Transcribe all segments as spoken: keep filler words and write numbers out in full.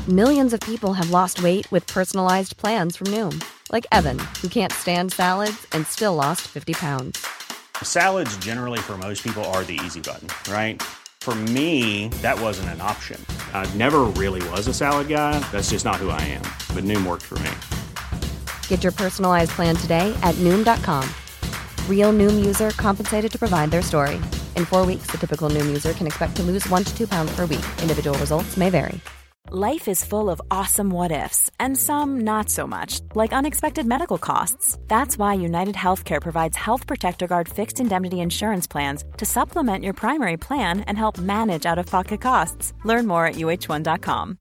Millions of people have lost weight with personalized plans from Noom. Like Evan, who can't stand salads and still lost fifty pounds. Salads generally for most people are the easy button, right? For me, that wasn't an option. I never really was a salad guy. That's just not who I am. But Noom worked for me. Get your personalized plan today at Noom dot com. Real Noom user compensated to provide their story. In four weeks, the typical Noom user can expect to lose one to two pounds per week. Individual results may vary. Life is full of awesome what-ifs, and some not so much, like unexpected medical costs. That's why United Healthcare provides Health Protector Guard fixed indemnity insurance plans to supplement your primary plan and help manage out-of-pocket costs. Learn more at U H one dot com.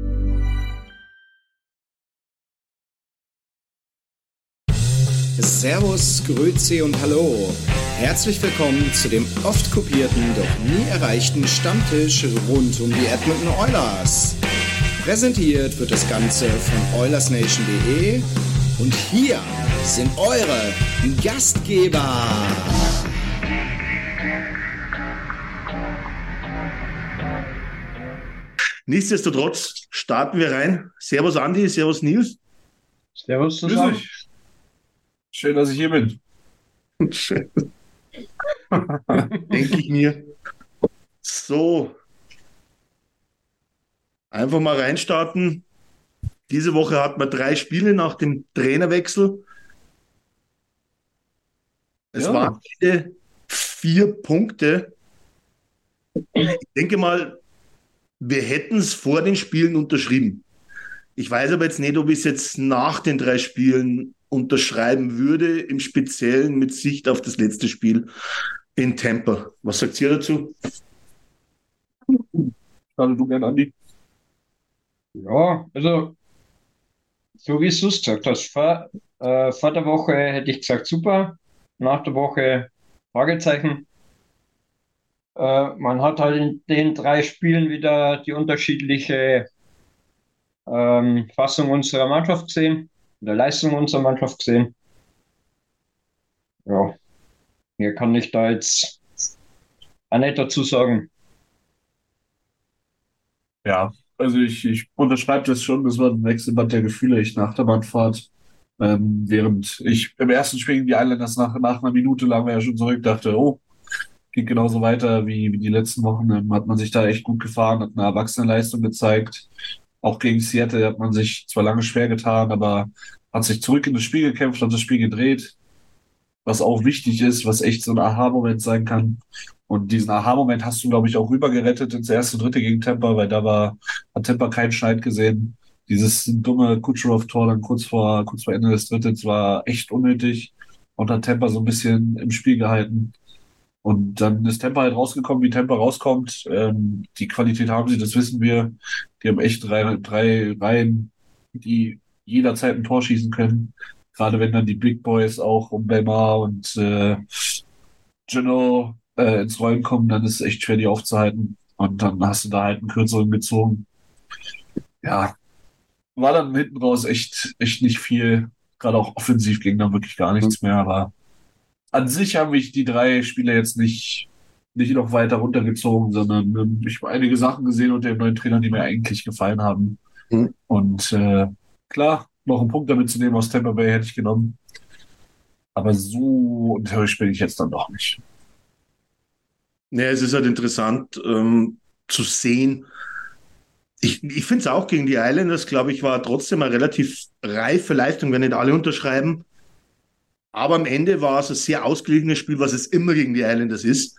Servus, Grüezi und Hallo. Herzlich willkommen zu dem oft kopierten, doch nie erreichten Stammtisch rund um die Edmonton Oilers. Präsentiert wird das Ganze von Oilers Nation punkt de und hier sind eure Gastgeber. Nichtsdestotrotz starten wir rein. Servus Andi, servus Nils. Servus zusammen. Schön, dass ich hier bin. Schön. Denke ich mir. So. Einfach mal reinstarten. Diese Woche hat man drei Spiele nach dem Trainerwechsel. Es Ja. waren beide vier Punkte. Ich denke mal, wir hätten es vor den Spielen unterschrieben. Ich weiß aber jetzt nicht, ob ich es jetzt nach den drei Spielen unterschreiben würde, im Speziellen mit Sicht auf das letzte Spiel in Tampa. Was sagt ihr dazu? Hallo, du gern, Andi. Ja, also, so wie du es gesagt hast, vor, äh, vor der Woche hätte ich gesagt, super, nach der Woche Fragezeichen. Äh, man hat halt in den drei Spielen wieder die unterschiedliche ähm, Fassung unserer Mannschaft gesehen, der Leistung unserer Mannschaft gesehen. Ja, mehr kann ich da jetzt auch nicht dazu sagen. Ja, also ich, ich unterschreibe das schon, das war ein Wechselbad der Gefühle, ich nach der Bahnfahrt. Ähm, während ich im ersten Spiel gegen die Islanders nach, nach einer Minute lagen wir ja schon zurück, dachte, oh, geht genauso weiter wie, wie die letzten Wochen. Ähm, hat man sich da echt gut gefahren, hat eine erwachsene Leistung gezeigt. Auch gegen Seattle hat man sich zwar lange schwer getan, aber hat sich zurück in das Spiel gekämpft, hat das Spiel gedreht, was auch wichtig ist, was echt so ein Aha-Moment sein kann. Und diesen Aha-Moment hast du, glaube ich, auch rübergerettet ins erste Dritte gegen Tampa, weil da war, hat Tampa keinen Schneid gesehen. Dieses dumme Kucherov-Tor dann kurz vor, kurz vor Ende des Drittes war echt unnötig und hat Tampa so ein bisschen im Spiel gehalten. Und dann ist Tampa halt rausgekommen, wie Tampa rauskommt. Ähm, die Qualität haben sie, das wissen wir. Die haben echt drei, drei Reihen, die jederzeit ein Tor schießen können. Gerade wenn dann die Big Boys auch um Belmar und äh, Gino äh, ins Rollen kommen, dann ist es echt schwer, die aufzuhalten. Und dann hast du da halt einen kürzeren gezogen. Ja, war dann hinten raus echt, echt nicht viel. Gerade auch offensiv ging dann wirklich gar nichts mehr. Aber an sich haben mich die drei Spiele jetzt nicht, nicht noch weiter runtergezogen, sondern ähm, ich habe einige Sachen gesehen unter dem neuen Trainer, die mir eigentlich gefallen haben. Mhm. Und äh, klar, noch einen Punkt damit zu nehmen aus Tampa Bay hätte ich genommen. Aber so enttäuscht bin ich jetzt dann doch nicht. Ja, es ist halt interessant ähm, zu sehen. Ich, ich finde es auch gegen die Islanders, glaube ich, war trotzdem eine relativ reife Leistung, wenn nicht alle unterschreiben. Aber am Ende war es ein sehr ausgeglichenes Spiel, was es immer gegen die Islanders ist.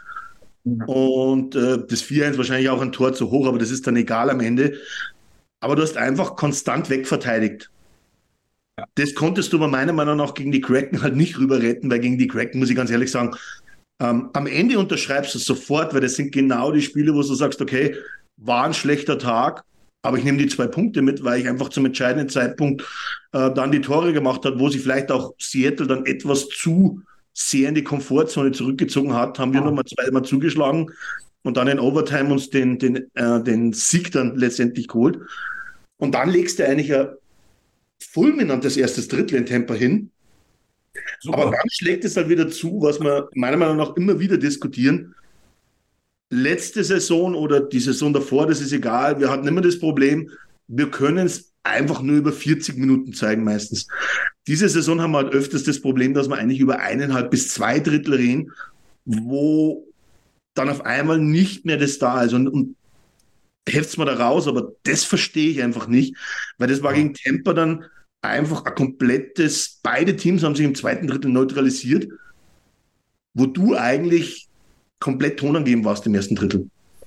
Und äh, das vier eins wahrscheinlich auch ein Tor zu hoch, aber das ist dann egal am Ende. Aber du hast einfach konstant wegverteidigt. Ja. Das konntest du aber meiner Meinung nach gegen die Kraken halt nicht rüber retten, weil gegen die Kraken, muss ich ganz ehrlich sagen, ähm, am Ende unterschreibst du es sofort, weil das sind genau die Spiele, wo du sagst, okay, war ein schlechter Tag, aber ich nehme die zwei Punkte mit, weil ich einfach zum entscheidenden Zeitpunkt äh, dann die Tore gemacht habe, wo sich vielleicht auch Seattle dann etwas zu sehr in die Komfortzone zurückgezogen hat, haben wir nochmal zweimal zugeschlagen und dann in Overtime uns den, den, äh, den Sieg dann letztendlich geholt. Und dann legst du eigentlich ein fulminantes erstes Drittel in Tampa hin. Super. Aber dann schlägt es halt wieder zu, was wir meiner Meinung nach immer wieder diskutieren. Letzte Saison oder die Saison davor, das ist egal. Wir hatten immer das Problem, wir können es einfach nur über vierzig Minuten zeigen meistens. Diese Saison haben wir halt öfters das Problem, dass wir eigentlich über eineinhalb bis zwei Drittel reden, wo dann auf einmal nicht mehr das da ist. Und, und heft's mal da raus, aber das verstehe ich einfach nicht, weil das war gegen Tampa dann einfach ein komplettes, beide Teams haben sich im zweiten Drittel neutralisiert, wo du eigentlich komplett tonangeben warst im ersten Drittel.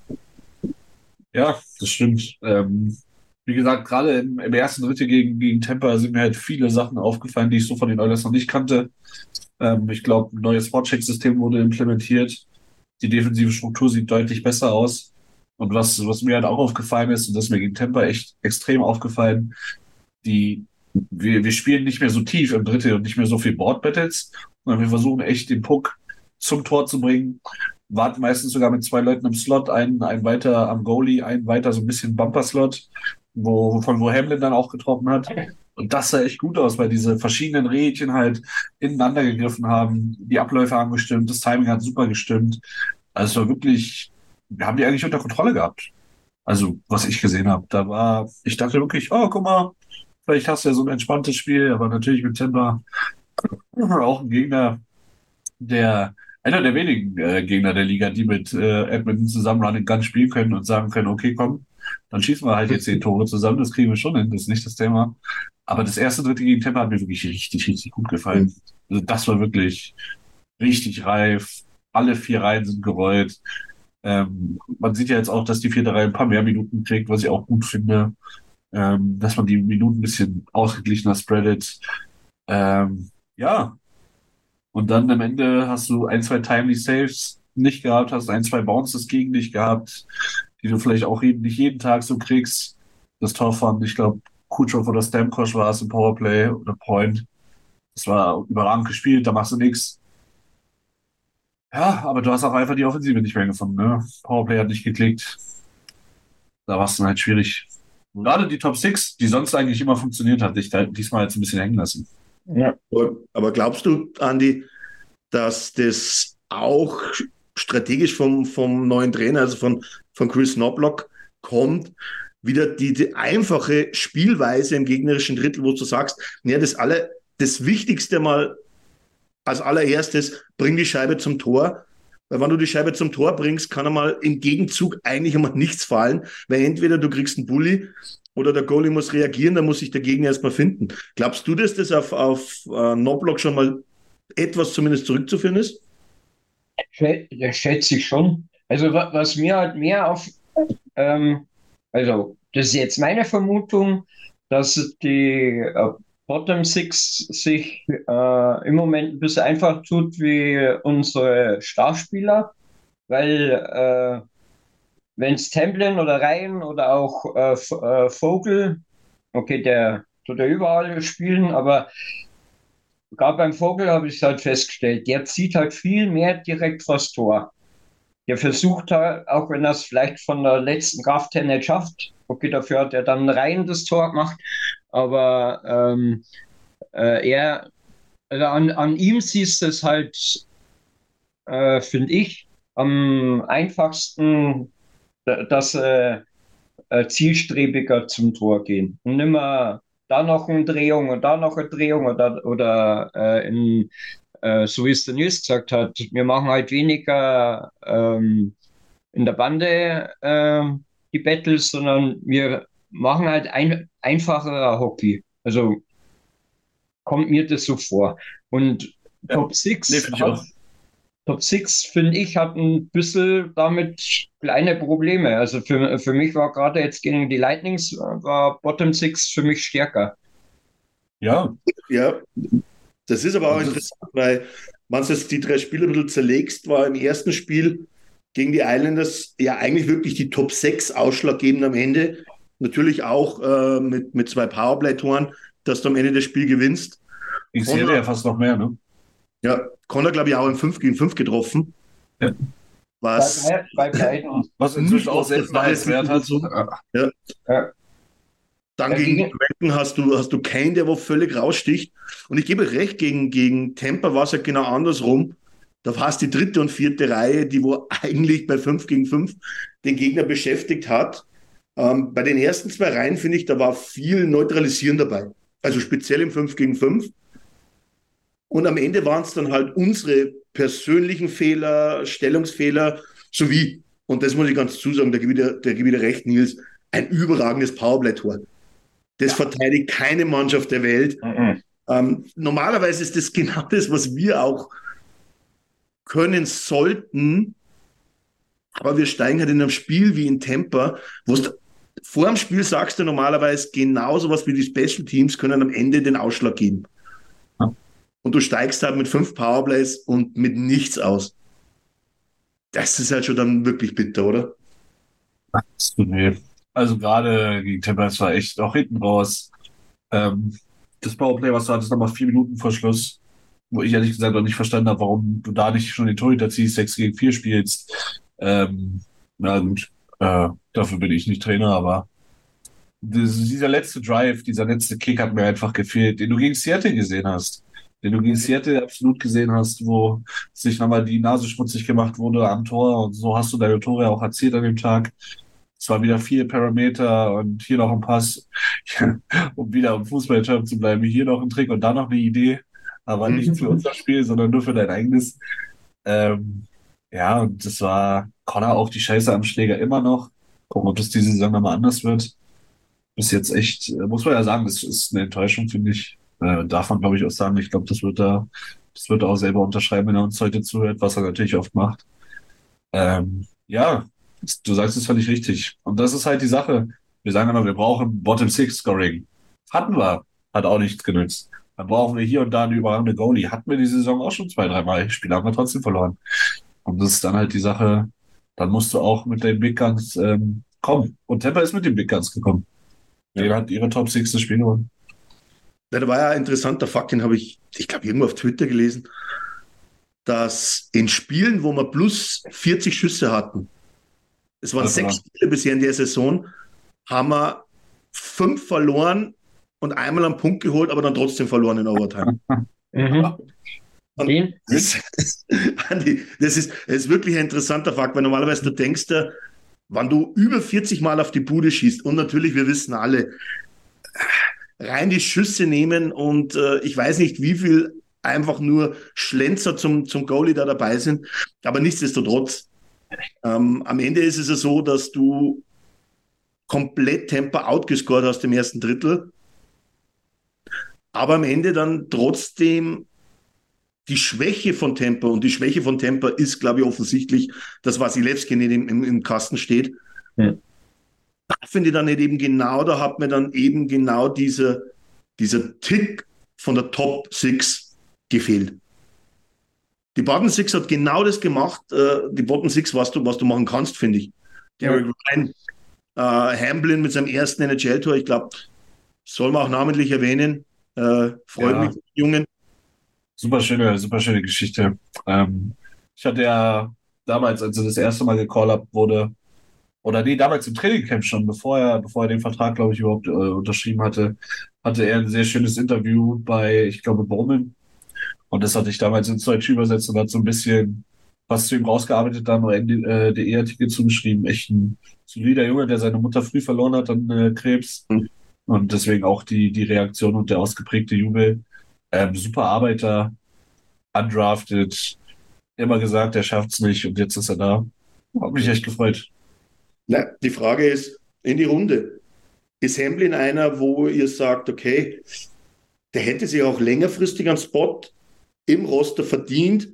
Ja, das stimmt. Ähm, wie gesagt, gerade im, im ersten Drittel gegen, gegen Tampa sind mir halt viele Sachen aufgefallen, die ich so von den Oilers noch nicht kannte. Ähm, ich glaube, ein neues Spotcheck-System wurde implementiert. Die defensive Struktur sieht deutlich besser aus. Und was, was mir halt auch aufgefallen ist, und das ist mir gegen Tampa echt extrem aufgefallen, die, wir, wir spielen nicht mehr so tief im Drittel und nicht mehr so viel Board-Battles, sondern wir versuchen echt den Puck zum Tor zu bringen, warten meistens sogar mit zwei Leuten im Slot, einen, einen weiter am Goalie, einen weiter so ein bisschen Bumper-Slot, wo, von wo Hamlin dann auch getroffen hat. Und das sah echt gut aus, weil diese verschiedenen Rädchen halt ineinander gegriffen haben, die Abläufe haben gestimmt, das Timing hat super gestimmt. Also es war wirklich, wir haben die eigentlich unter Kontrolle gehabt. Also, was ich gesehen habe. Da war, ich dachte wirklich, oh, guck mal, vielleicht hast du ja so ein entspanntes Spiel, aber natürlich mit Tampa auch ein Gegner, der, einer der wenigen äh, Gegner der Liga, die mit äh, Edmonton zusammen Run and Gun spielen können und sagen können, okay, komm, dann schießen wir halt jetzt zehn Tore zusammen, das kriegen wir schon hin, das ist nicht das Thema. Aber das erste Drittel gegen Tampa hat mir wirklich richtig, richtig gut gefallen. Also das war wirklich richtig reif. Alle vier Reihen sind gerollt. Ähm, man sieht ja jetzt auch, dass die vierte Reihe ein paar mehr Minuten kriegt, was ich auch gut finde. Ähm, dass man die Minuten ein bisschen ausgeglichener spreadet. Ähm, ja. Und dann am Ende hast du ein, zwei Timely Saves nicht gehabt, hast ein, zwei Bounces gegen dich gehabt, die du vielleicht auch eben nicht jeden Tag so kriegst. Das Tor von, ich glaube, Kucherov oder Stamkos war es im Powerplay oder Point. Das war überragend gespielt, da machst du nichts. Ja, aber du hast auch einfach die Offensive nicht mehr gefunden, ne? Powerplay hat nicht geklickt. Da war es dann halt schwierig. Gerade die Top sechs, die sonst eigentlich immer funktioniert hat, dich da diesmal jetzt ein bisschen hängen lassen. Ja. Aber glaubst du, Andi, dass das auch strategisch vom, vom neuen Trainer, also von, von Chris Knobloch, kommt, wieder die, die einfache Spielweise im gegnerischen Drittel, wo du sagst, ja, das alle, das Wichtigste mal als allererstes, bring die Scheibe zum Tor. Weil wenn du die Scheibe zum Tor bringst, kann einmal im Gegenzug eigentlich einmal nichts fallen, weil entweder du kriegst einen Bully oder der Goalie muss reagieren, dann muss sich der Gegner erstmal finden. Glaubst du, dass das auf, auf uh, Knobloch schon mal etwas zumindest zurückzuführen ist? Das schätze ich schon. Also was mir halt mehr auf, ähm, also das ist jetzt meine Vermutung, dass die äh, Bottom Six sich äh, im Moment ein bisschen einfach tut wie unsere Starspieler, weil äh, wenn es Templin oder Ryan oder auch äh, äh, Vogel, okay, der tut ja überall spielen, aber gerade beim Vogel habe ich es halt festgestellt, der zieht halt viel mehr direkt vors Tor. Der versucht halt, auch wenn er es vielleicht von der letzten Kraft her nicht schafft, okay, dafür hat er dann rein das Tor gemacht, aber ähm, äh, er, also an, an ihm siehst du es halt, äh, finde ich, am einfachsten, dass äh, äh, zielstrebiger zum Tor gehen und nicht mehr da noch eine Drehung und da noch eine Drehung oder, oder äh, in, äh, so wie es der Nils gesagt hat, wir machen halt weniger ähm, in der Bande äh, die Battles, sondern wir machen halt ein, einfacherer Hockey. Also kommt mir das so vor. Und Ja, Top sechs nee, find ich hat, auch. Top sechs, finde ich, hat ein bisschen damit kleine Probleme. Also für, für mich war gerade jetzt gegen die Lightnings, war Bottom six für mich stärker. Ja, Ja, das ist aber auch Das ist- interessant, weil wenn du jetzt die drei Spiele ein bisschen zerlegst, war im ersten Spiel gegen die Islanders ja eigentlich wirklich die Top sechs ausschlaggebend am Ende. Natürlich auch äh, mit, mit zwei Powerplay-Toren, dass du am Ende das Spiel gewinnst. ich sehe ja fast noch mehr, ne? Ja, Connor, glaube ich, auch im fünf gegen fünf getroffen. Ja. Was Bei, bei beiden. Was inzwischen nicht auch oft der Fall ist. Seltenheitswert hat. So. Ja. Ja. Dann Ja, gegen gegen- die Kraken hast du, hast du Kane, der wo völlig raussticht. Und ich gebe recht, gegen, gegen Tampa war es ja genau andersrum. Da war es die dritte und vierte Reihe, die wo eigentlich bei fünf gegen fünf den Gegner beschäftigt hat. Ähm, bei den ersten zwei Reihen finde ich, da war viel Neutralisieren dabei. Also speziell im fünf gegen fünf. Und am Ende waren es dann halt unsere persönlichen Fehler, Stellungsfehler, sowie, und das muss ich ganz zusagen, da gebe ich dir, da gebe ich dir recht, Nils, ein überragendes Powerplay-Tor. Das verteidigt keine Mannschaft der Welt. Mhm. Ähm, normalerweise ist das genau das, was wir auch können sollten, aber wir steigen halt in einem Spiel wie in Tampa, wo es vor dem Spiel sagst du normalerweise genauso was wie die Special Teams können am Ende den Ausschlag geben. Ja. Und du steigst halt mit fünf Powerplays und mit nichts aus. Das ist halt schon dann wirklich bitter, oder? Das tut weh. Also gerade gegen Tampa, das war echt auch hinten raus. Ähm, das Powerplay, was du hattest, nochmal vier Minuten vor Schluss, wo ich ehrlich gesagt auch nicht verstanden habe, warum du da nicht schon den Torhüter ziehst, sechs gegen vier spielst. Ähm, na gut, äh, dafür bin ich nicht Trainer, aber das, dieser letzte Drive, dieser letzte Kick hat mir einfach gefehlt, den du gegen Seattle gesehen hast. Den du gegen Seattle absolut gesehen hast, wo sich nochmal die Nase schmutzig gemacht wurde am Tor, und so hast du deine Tore auch erzielt an dem Tag. Es war wieder vier Parameter und hier noch ein Pass, um wieder im Fußballterm zu bleiben. Hier noch ein Trick und da noch eine Idee, aber nicht für unser Spiel, sondern nur für dein eigenes. Ähm, ja, und das war Connor auch die Scheiße am Schläger immer noch. Gucken, ob das diese Saison nochmal anders wird. Bis jetzt echt, äh, muss man ja sagen, das ist eine Enttäuschung, finde ich. Äh, darf man, glaube ich, auch sagen. Ich glaube, das wird er, das wird er auch selber unterschreiben, wenn er uns heute zuhört, was er natürlich oft macht. Ähm, ja, du sagst es völlig richtig. Und das ist halt die Sache. Wir sagen immer, wir brauchen Bottom-Six-Scoring. Hatten wir, hat auch nichts genützt. Dann brauchen wir hier und da eine überragende Goalie. Hatten wir die Saison auch schon zwei, dreimal. Spiele haben wir trotzdem verloren. Und das ist dann halt die Sache, dann musst du auch mit den Big Guns ähm, kommen. Und Tampa ist mit den Big Guns gekommen. Der hat ihre Top Six das Spiel gewonnen. Ja, da war ja ein interessanter Fakt, den habe ich, ich glaube, irgendwo auf Twitter gelesen, dass in Spielen, wo wir plus vierzig Schüsse hatten, es waren Das war- sechs Spiele bisher in der Saison, haben wir fünf verloren und einmal einen Punkt geholt, aber dann trotzdem verloren in Overtime. Mhm. Und Den? das, Andi, das, ist, das ist wirklich ein interessanter Fakt, weil normalerweise du denkst, ja, wenn du über vierzig Mal auf die Bude schießt, und natürlich, wir wissen alle, rein die Schüsse nehmen und äh, ich weiß nicht, wie viel einfach nur Schlenzer zum, zum Goalie da dabei sind, aber nichtsdestotrotz, ähm, am Ende ist es ja so, dass du komplett Tampa outgescored hast im ersten Drittel, aber am Ende dann trotzdem die Schwäche von Tampa, und die Schwäche von Tampa ist, glaube ich, offensichtlich, dass Wasilewski nicht im, im, im Kasten steht. Ja. Da finde ich dann nicht eben genau, da hat mir dann eben genau dieser, dieser Tick von der Top Six gefehlt. Die Bottom Six hat genau das gemacht, äh, die Bottom Six, was du, was du machen kannst, finde ich. Derek Ryan, äh, Hamblin mit seinem ersten N H L-Tor, ich glaube, soll man auch namentlich erwähnen. Äh, freut Ja. mich, die Jungen. Super schöne, super schöne Geschichte. Ähm, ich hatte ja damals, als er das erste Mal gecall-up wurde, oder nee, damals im Trainingcamp schon, bevor er, bevor er den Vertrag, glaube ich, überhaupt äh, unterschrieben hatte, hatte er ein sehr schönes Interview bei, ich glaube, Bowman. Und das hatte ich damals ins Deutsche übersetzt und hat so ein bisschen was zu ihm rausgearbeitet, da noch N D E-Artikel zugeschrieben. Echt ein solider Junge, der seine Mutter früh verloren hat an äh, Krebs. Und deswegen auch die, die Reaktion und der ausgeprägte Jubel. Ähm, super Arbeiter, undrafted, immer gesagt, er schafft's nicht und jetzt ist er da. Hat mich echt gefreut. Na, die Frage ist, in die Runde, ist Hamblin einer, wo ihr sagt, okay, der hätte sich auch längerfristig einen Spot im Roster verdient,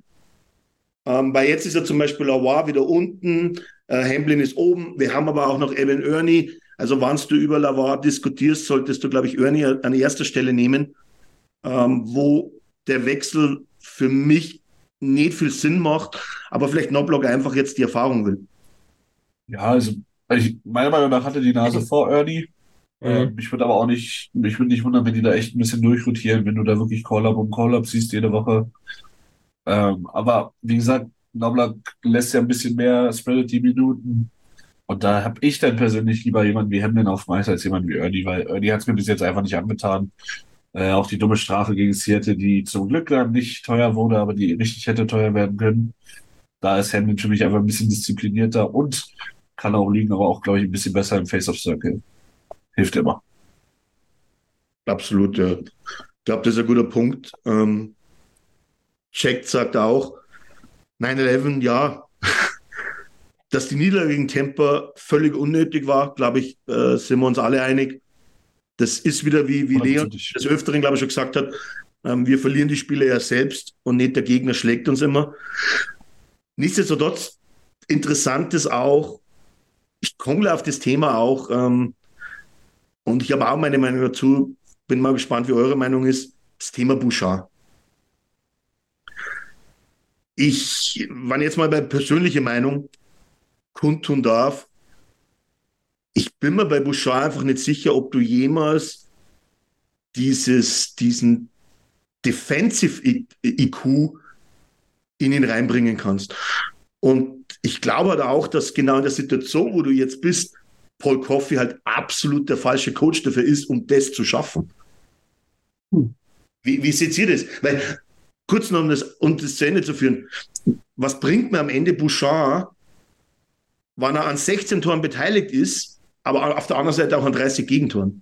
ähm, weil jetzt ist ja zum Beispiel Lawar wieder unten, äh, Hamblin ist oben, wir haben aber auch noch Evan Ernie, also wenn du über Lawar diskutierst, solltest du, glaube ich, Ernie an erster Stelle nehmen, ähm, wo der Wechsel für mich nicht viel Sinn macht, aber vielleicht Knobloch einfach jetzt die Erfahrung will. Ja, also ich, meiner Meinung nach hatte die Nase vor Ernie. Ähm, ich würde aber auch nicht, ich würde nicht wundern, wenn die da echt ein bisschen durchrotieren, wenn du da wirklich Call-Up um Call-Up siehst jede Woche. Ähm, aber wie gesagt, Knobloch lässt ja ein bisschen mehr spreadet die Minuten. Und da habe ich dann persönlich lieber jemanden wie Hamlin auf dem Eis als jemanden wie Ernie, weil Ernie hat es mir bis jetzt einfach nicht angetan. Äh, auch die dumme Strafe gegen Seattle, die zum Glück dann nicht teuer wurde, aber die richtig hätte teuer werden können. Da ist Hamlin für mich einfach ein bisschen disziplinierter und kann auch liegen, aber auch, glaube ich, ein bisschen besser im Face-Off-Circle. Hilft immer. Absolut, ja. Ich glaube, das ist ein guter Punkt. Ähm, Jack sagt auch, neun elf, ja, dass die Niederlage gegen Tampa völlig unnötig war, glaube ich, äh, sind wir uns alle einig. Das ist wieder, wie, wie Leon des Öfteren, glaube ich, schon gesagt hat, ähm, wir verlieren die Spiele ja selbst und nicht der Gegner schlägt uns immer. Nichtsdestotrotz, interessant ist auch, ich komme auf das Thema auch, ähm, und ich habe auch meine Meinung dazu, bin mal gespannt, wie eure Meinung ist, das Thema Bouchard. Ich, wenn jetzt mal bei persönlicher Meinung kundtun darf, ich bin mir bei Bouchard einfach nicht sicher, ob du jemals dieses, diesen Defensive I Q in ihn reinbringen kannst. Und ich glaube halt auch, dass genau in der Situation, wo du jetzt bist, Paul Coffey halt absolut der falsche Coach dafür ist, um das zu schaffen. Hm. Wie, wie seht ihr das? Weil, kurz noch um das, um das zu Ende zu führen, was bringt mir am Ende Bouchard, wenn er an sechzehn Toren beteiligt ist, aber auf der anderen Seite auch an dreißig Gegentoren?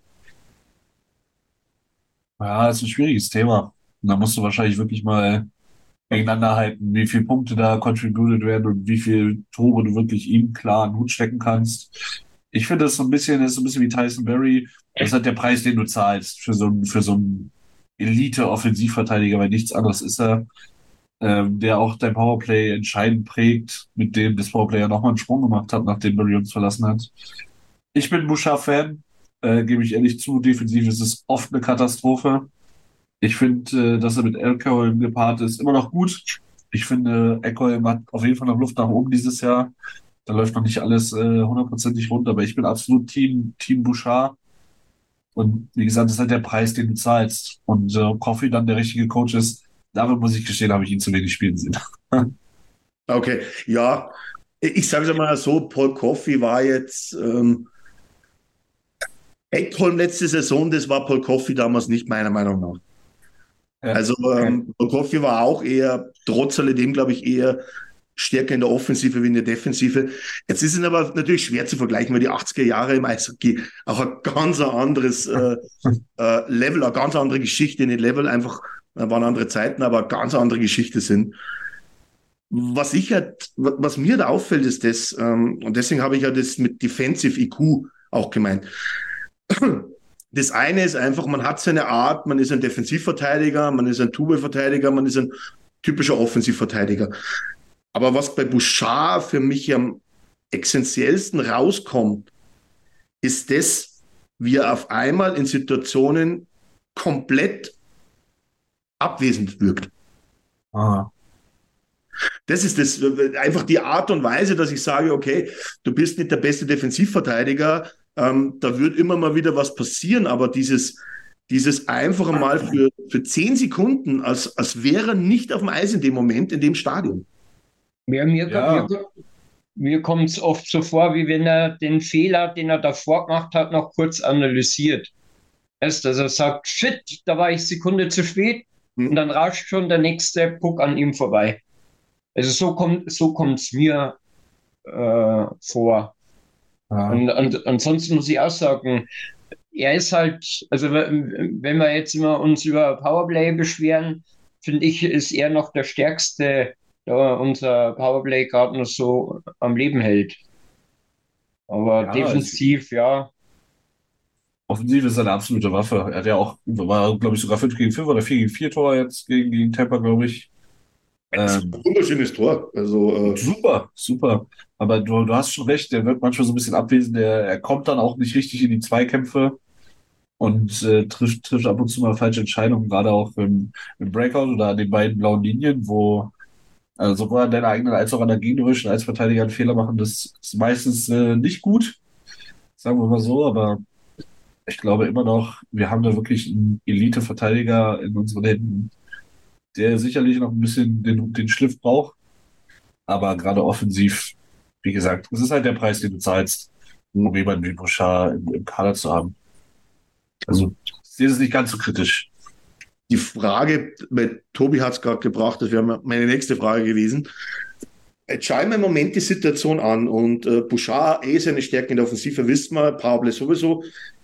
Ja, das ist ein schwieriges Thema. Und da musst du wahrscheinlich wirklich mal gegeneinander halten, wie viele Punkte da contributed werden und wie viele Tore du wirklich ihm klar in den Hut stecken kannst. Ich finde, das so ein bisschen, das ist so ein bisschen wie Tyson Barrie. Das ist halt der Preis, den du zahlst für so einen, für so einen Elite-Offensivverteidiger, weil nichts anderes ist er, ähm, der auch dein Powerplay entscheidend prägt, mit dem das Powerplay ja nochmal einen Sprung gemacht hat, nachdem Barrie uns verlassen hat. Ich bin Bouchard-Fan, äh, gebe ich ehrlich zu. Defensiv ist es oft eine Katastrophe. Ich finde, äh, dass er mit Ekholm gepaart ist, immer noch gut. Ich finde, Ekholm hat auf jeden Fall noch Luft nach oben dieses Jahr. Da läuft noch nicht alles äh, hundertprozentig rund, aber ich bin absolut Team, Team Bouchard. Und wie gesagt, das ist halt der Preis, den du zahlst. Und äh, Coffey dann der richtige Coach ist, damit muss ich gestehen, habe ich ihn zu wenig spielen sehen. Okay, ja. Ich sage es mal so, Paul Coffey war jetzt ähm, Ekholm letzte Saison, das war Paul Coffey damals nicht, meiner Meinung nach. Ja. Also ähm, Paul Coffey war auch eher, trotz alledem, glaube ich, eher stärker in der Offensive wie in der Defensive. Jetzt ist es aber natürlich schwer zu vergleichen, weil die achtziger Jahre im Eishockey auch ein ganz anderes äh, äh, Level, eine ganz andere Geschichte, nicht Level, einfach waren andere Zeiten, aber eine ganz andere Geschichte sind. Was ich halt, was mir da auffällt, ist das, ähm, und deswegen habe ich ja das mit Defensive I Q auch gemeint. Das eine ist einfach, man hat seine Art, man ist ein Defensivverteidiger, man ist ein Tube-Verteidiger, man ist ein typischer Offensivverteidiger. Aber was bei Bouchard für mich am essentiellsten rauskommt, ist das, wie er auf einmal in Situationen komplett abwesend wirkt. Ah. Das ist das, einfach die Art und Weise, dass ich sage, okay, du bist nicht der beste Defensivverteidiger, ähm, da wird immer mal wieder was passieren, aber dieses, dieses einfach mal für, für zehn Sekunden, als, als wäre er nicht auf dem Eis in dem Moment, in dem Stadion. Mir, mir, Ja. mir, mir kommt es oft so vor, wie wenn er den Fehler, den er davor gemacht hat, noch kurz analysiert. Erst, dass er sagt, shit, da war ich Sekunde zu spät, Hm. und dann rauscht schon der nächste Puck an ihm vorbei. Also so kommt so kommt's mir äh, vor. Ja. Und, und ansonsten muss ich auch sagen, er ist halt, also wenn wenn wir jetzt immer uns über Powerplay beschweren, finde ich, ist er noch der Stärkste, der unser Powerplay gerade noch so am Leben hält. Aber Ja, defensiv, ja. Offensiv ist er eine absolute Waffe. Er hat ja auch, war, glaube ich, sogar fünf gegen fünf oder vier gegen vier Tor jetzt gegen, gegen Tampa, glaube ich. Das ist Ähm, ein wunderschönes Tor. Also, äh, super, super. Aber du, du hast schon recht, der wird manchmal so ein bisschen abwesend. Er, er kommt dann auch nicht richtig in die Zweikämpfe und äh, trifft, trifft ab und zu mal falsche Entscheidungen, gerade auch im, im Breakout oder an den beiden blauen Linien, wo also sowohl an deiner eigenen als auch an der gegnerischen als Verteidiger einen Fehler machen. Das ist meistens äh, nicht gut, sagen wir mal so, aber ich glaube immer noch, wir haben da wirklich einen Elite-Verteidiger in unseren Händen, der sicherlich noch ein bisschen den, den Schliff braucht. Aber gerade offensiv, wie gesagt, es ist halt der Preis, den du zahlst, um jemanden wie Bouchard im, im Kader zu haben. Also, ich sehe es nicht ganz so kritisch. die Frage, weil Tobi hat es gerade gebracht, das wäre meine nächste Frage gewesen. Jetzt schaue ich mir im Moment die Situation an und äh, Bouchard, eh seine Stärke in der Offensive, wissen wir, Powerplay sowieso.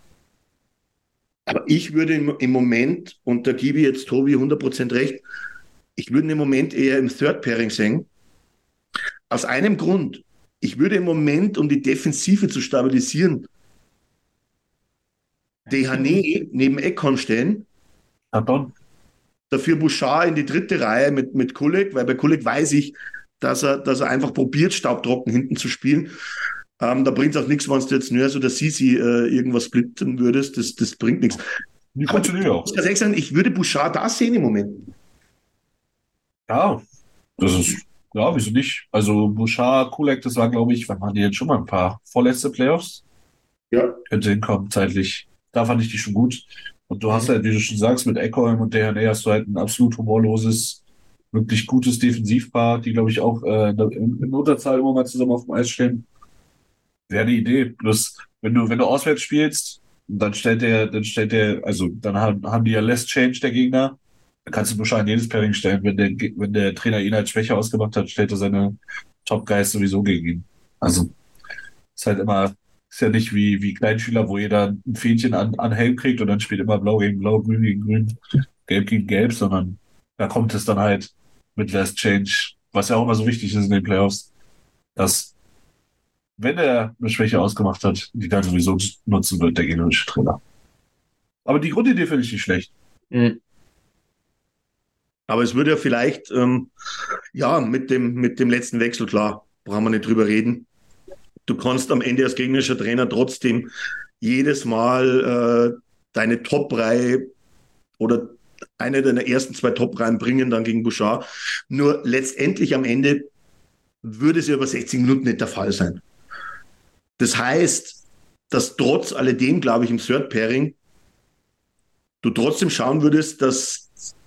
Aber ich würde im, im Moment, und da gebe ich jetzt Tobi hundert Prozent recht, ich würde ihn im Moment eher im Third Pairing sehen. Aus einem Grund. Ich würde im Moment, um die Defensive zu stabilisieren, Dehaene neben Ekholm stellen. Pardon. Dafür Bouchard in die dritte Reihe mit, mit Kulik, weil bei Kulik weiß ich, dass er, dass er einfach probiert, staubtrocken hinten zu spielen. Ähm, da bringt es auch nichts, wenn du jetzt Nörs oder Sisi äh, irgendwas splitten würdest. Das, das bringt nichts. Die funktioniert auch. Ich muss ehrlich sagen, ich würde Bouchard da sehen im Moment. Ja, das ist, ja, wieso nicht? Also Bouchard, Kulak, das war, glaube ich, wann waren die jetzt schon mal ein paar vorletzte Playoffs? Ja. Könnte hinkommen, zeitlich. Da fand ich die schon gut. Und du hast halt, wie du schon sagst, mit Ekholm und Dehaene hast du halt ein absolut humorloses, wirklich gutes Defensivpaar, die, glaube ich, auch äh, in, in Unterzahl immer mal zusammen auf dem Eis stehen. Wäre eine Idee. Plus, wenn du, wenn du auswärts spielst, dann stellt der, dann stellt der, also dann haben, haben die ja Less Change, der Gegner. Dann kannst du Bouchard in jedes Pairing stellen. Wenn der, wenn der Trainer ihn als schwächer ausgemacht hat, stellt er seine Top-Guys sowieso gegen ihn. Also, ist halt immer, ist ja nicht wie, wie Kleinschüler, wo jeder ein Fähnchen an, an Helm kriegt und dann spielt immer Blau gegen Blau, Grün gegen Grün, Gelb gegen Gelb, sondern da kommt es dann halt mit Last Change, was ja auch immer so wichtig ist in den Playoffs, dass, wenn er eine Schwäche ausgemacht hat, die dann sowieso nutzen wird, der gegnerische Trainer. Aber die Grundidee finde ich nicht schlecht. Mhm. Aber es würde ja vielleicht, ähm, ja, mit dem, mit dem letzten Wechsel, klar, brauchen wir nicht drüber reden. Du kannst am Ende als gegnerischer Trainer trotzdem jedes Mal äh, deine Top-Reihe oder eine deiner ersten zwei Top-Reihen bringen dann gegen Bouchard. Nur letztendlich am Ende würde es ja über sechzig Minuten nicht der Fall sein. Das heißt, dass trotz alledem, glaube ich, im Third Pairing du trotzdem schauen würdest, dass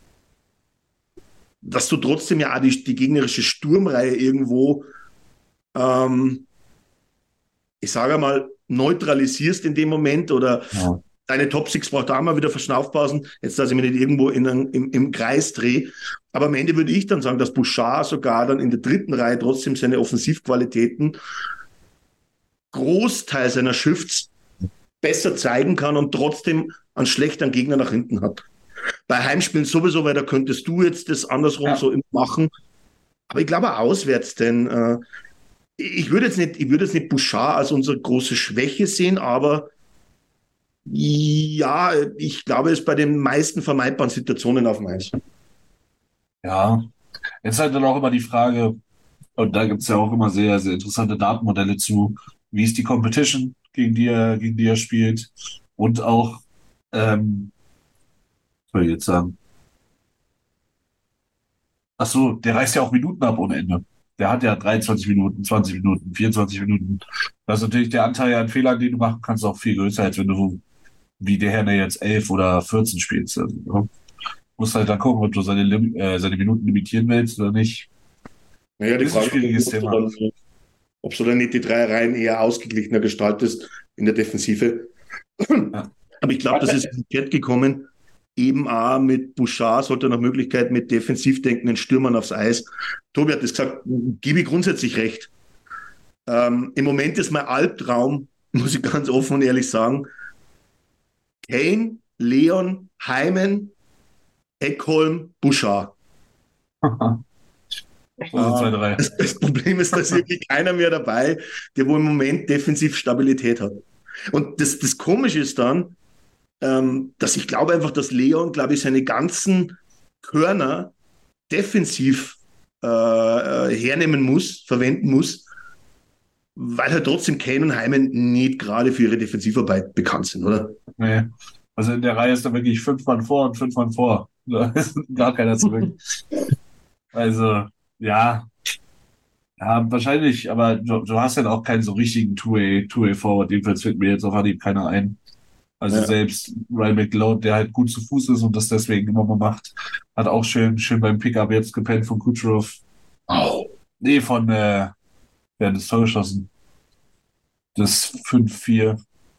dass du trotzdem ja auch die, die gegnerische Sturmreihe irgendwo, ähm, ich sage mal, neutralisierst in dem Moment oder ja. Deine Top Six braucht auch mal wieder Verschnaufpausen, jetzt dass ich mich nicht irgendwo in einen, im, im Kreis drehe. Aber am Ende würde ich dann sagen, dass Bouchard sogar dann in der dritten Reihe trotzdem seine Offensivqualitäten Großteil seiner Shifts besser zeigen kann und trotzdem einen schlechteren Gegner nach hinten hat. Bei Heimspielen sowieso, weil da könntest du jetzt das andersrum ja. so machen. Aber ich glaube auswärts, denn äh, ich würde jetzt nicht, ich würde jetzt nicht Bouchard als unsere große Schwäche sehen, aber ja, ich glaube, es ist bei den meisten vermeidbaren Situationen auf dem Eis. Ja, jetzt halt dann auch immer die Frage, und da gibt es ja auch immer sehr, sehr interessante Datenmodelle zu, wie ist die Competition, gegen die er, gegen die er spielt und auch ähm, was soll ich jetzt sagen? Ach so, der reißt ja auch Minuten ab ohne Ende. Der hat ja dreiundzwanzig Minuten, zwanzig Minuten, vierundzwanzig Minuten. Das ist natürlich der Anteil an Fehlern, die du machen kannst, auch viel größer, als wenn du wie der Herr jetzt elf oder vierzehn spielst. Also, ja. Musst halt dann gucken, ob du seine, Lim- äh, seine Minuten limitieren willst oder nicht. Naja, die das ist Frage ein schwieriges ist, Thema. ob du, dann, ob du dann nicht die drei Reihen eher ausgeglichener gestaltest in der Defensive. Ja. Aber ich glaube, das ist ins Chat gekommen, eben auch mit Bouchard sollte nach Möglichkeit mit defensiv denkenden Stürmern aufs Eis. Tobi hat das gesagt, gebe ich grundsätzlich recht. Ähm, Im Moment ist mein Albtraum, muss ich ganz offen und ehrlich sagen, Kane, Leon, Hyman, Ekholm, Bouchard. Das, das Problem ist, dass wirklich keiner mehr dabei, der wo im Moment defensiv Stabilität hat. Und das, das Komische ist dann, ähm, dass ich glaube einfach, dass Leon, glaube ich, seine ganzen Körner defensiv äh, hernehmen muss, verwenden muss, weil halt trotzdem Kane und Hyman nicht gerade für ihre Defensivarbeit bekannt sind, oder? Nee. Also in der Reihe ist da wirklich fünf Mann vor und fünf Mann vor. Da ist gar keiner zurück. Also, ja. Ja, wahrscheinlich, aber du, du hast ja auch keinen so richtigen Two-Way, Two-Way-Forward, jedenfalls fällt mir jetzt auf Anhieb keiner ein. Also ja. Selbst Ryan McLeod, der halt gut zu Fuß ist und das deswegen immer mal macht, hat auch schön, schön beim Pickup jetzt gepennt von Kucherov. Oh. Nee, von, äh, wer hat das Tor geschossen? Das fünf vier.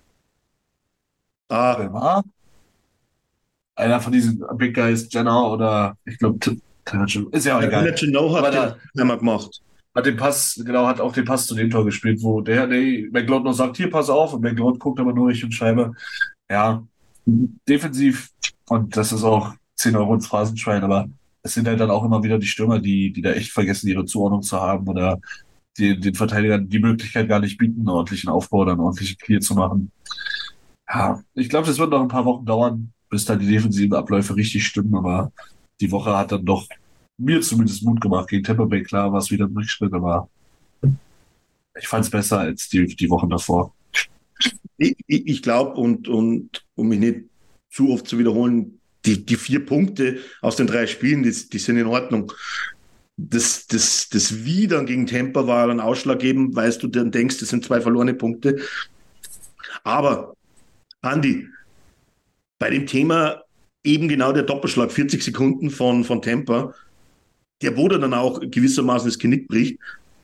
Ah. Wer war? Einer von diesen Big Guys, Jenner oder ich glaube, ist ja auch egal. Jenner hat den einmal gemacht. Hat den Pass, genau, hat auch den Pass zu dem Tor gespielt, wo der, der McLeod noch sagt, hier, pass auf, und McLeod guckt aber nur Richtung Scheibe. Ja, defensiv, und das ist auch zehn Euro ins Phrasenschwein, aber es sind halt dann auch immer wieder die Stürmer, die, die da echt vergessen, ihre Zuordnung zu haben oder die, den Verteidigern die Möglichkeit gar nicht bieten, einen ordentlichen Aufbau oder einen ordentlichen Clear zu machen. Ja, ich glaube, das wird noch ein paar Wochen dauern, bis dann die defensiven Abläufe richtig stimmen, aber die Woche hat dann doch mir zumindest Mut gemacht. Gegen Tampa Bay, klar, war es wieder ein Rückschritt, aber ich fand es besser als die, die Wochen davor. Ich, ich, ich glaube, und, und um mich nicht zu oft zu wiederholen, die, die vier Punkte aus den drei Spielen, die, die sind in Ordnung. Das, das, das Wie dann gegen Tampa war dann ausschlaggebend, weil du dann denkst, das sind zwei verlorene Punkte. Aber, Andi, bei dem Thema eben genau der Doppelschlag, vierzig Sekunden von, von Tampa, der wo dann auch gewissermaßen das Genick bricht.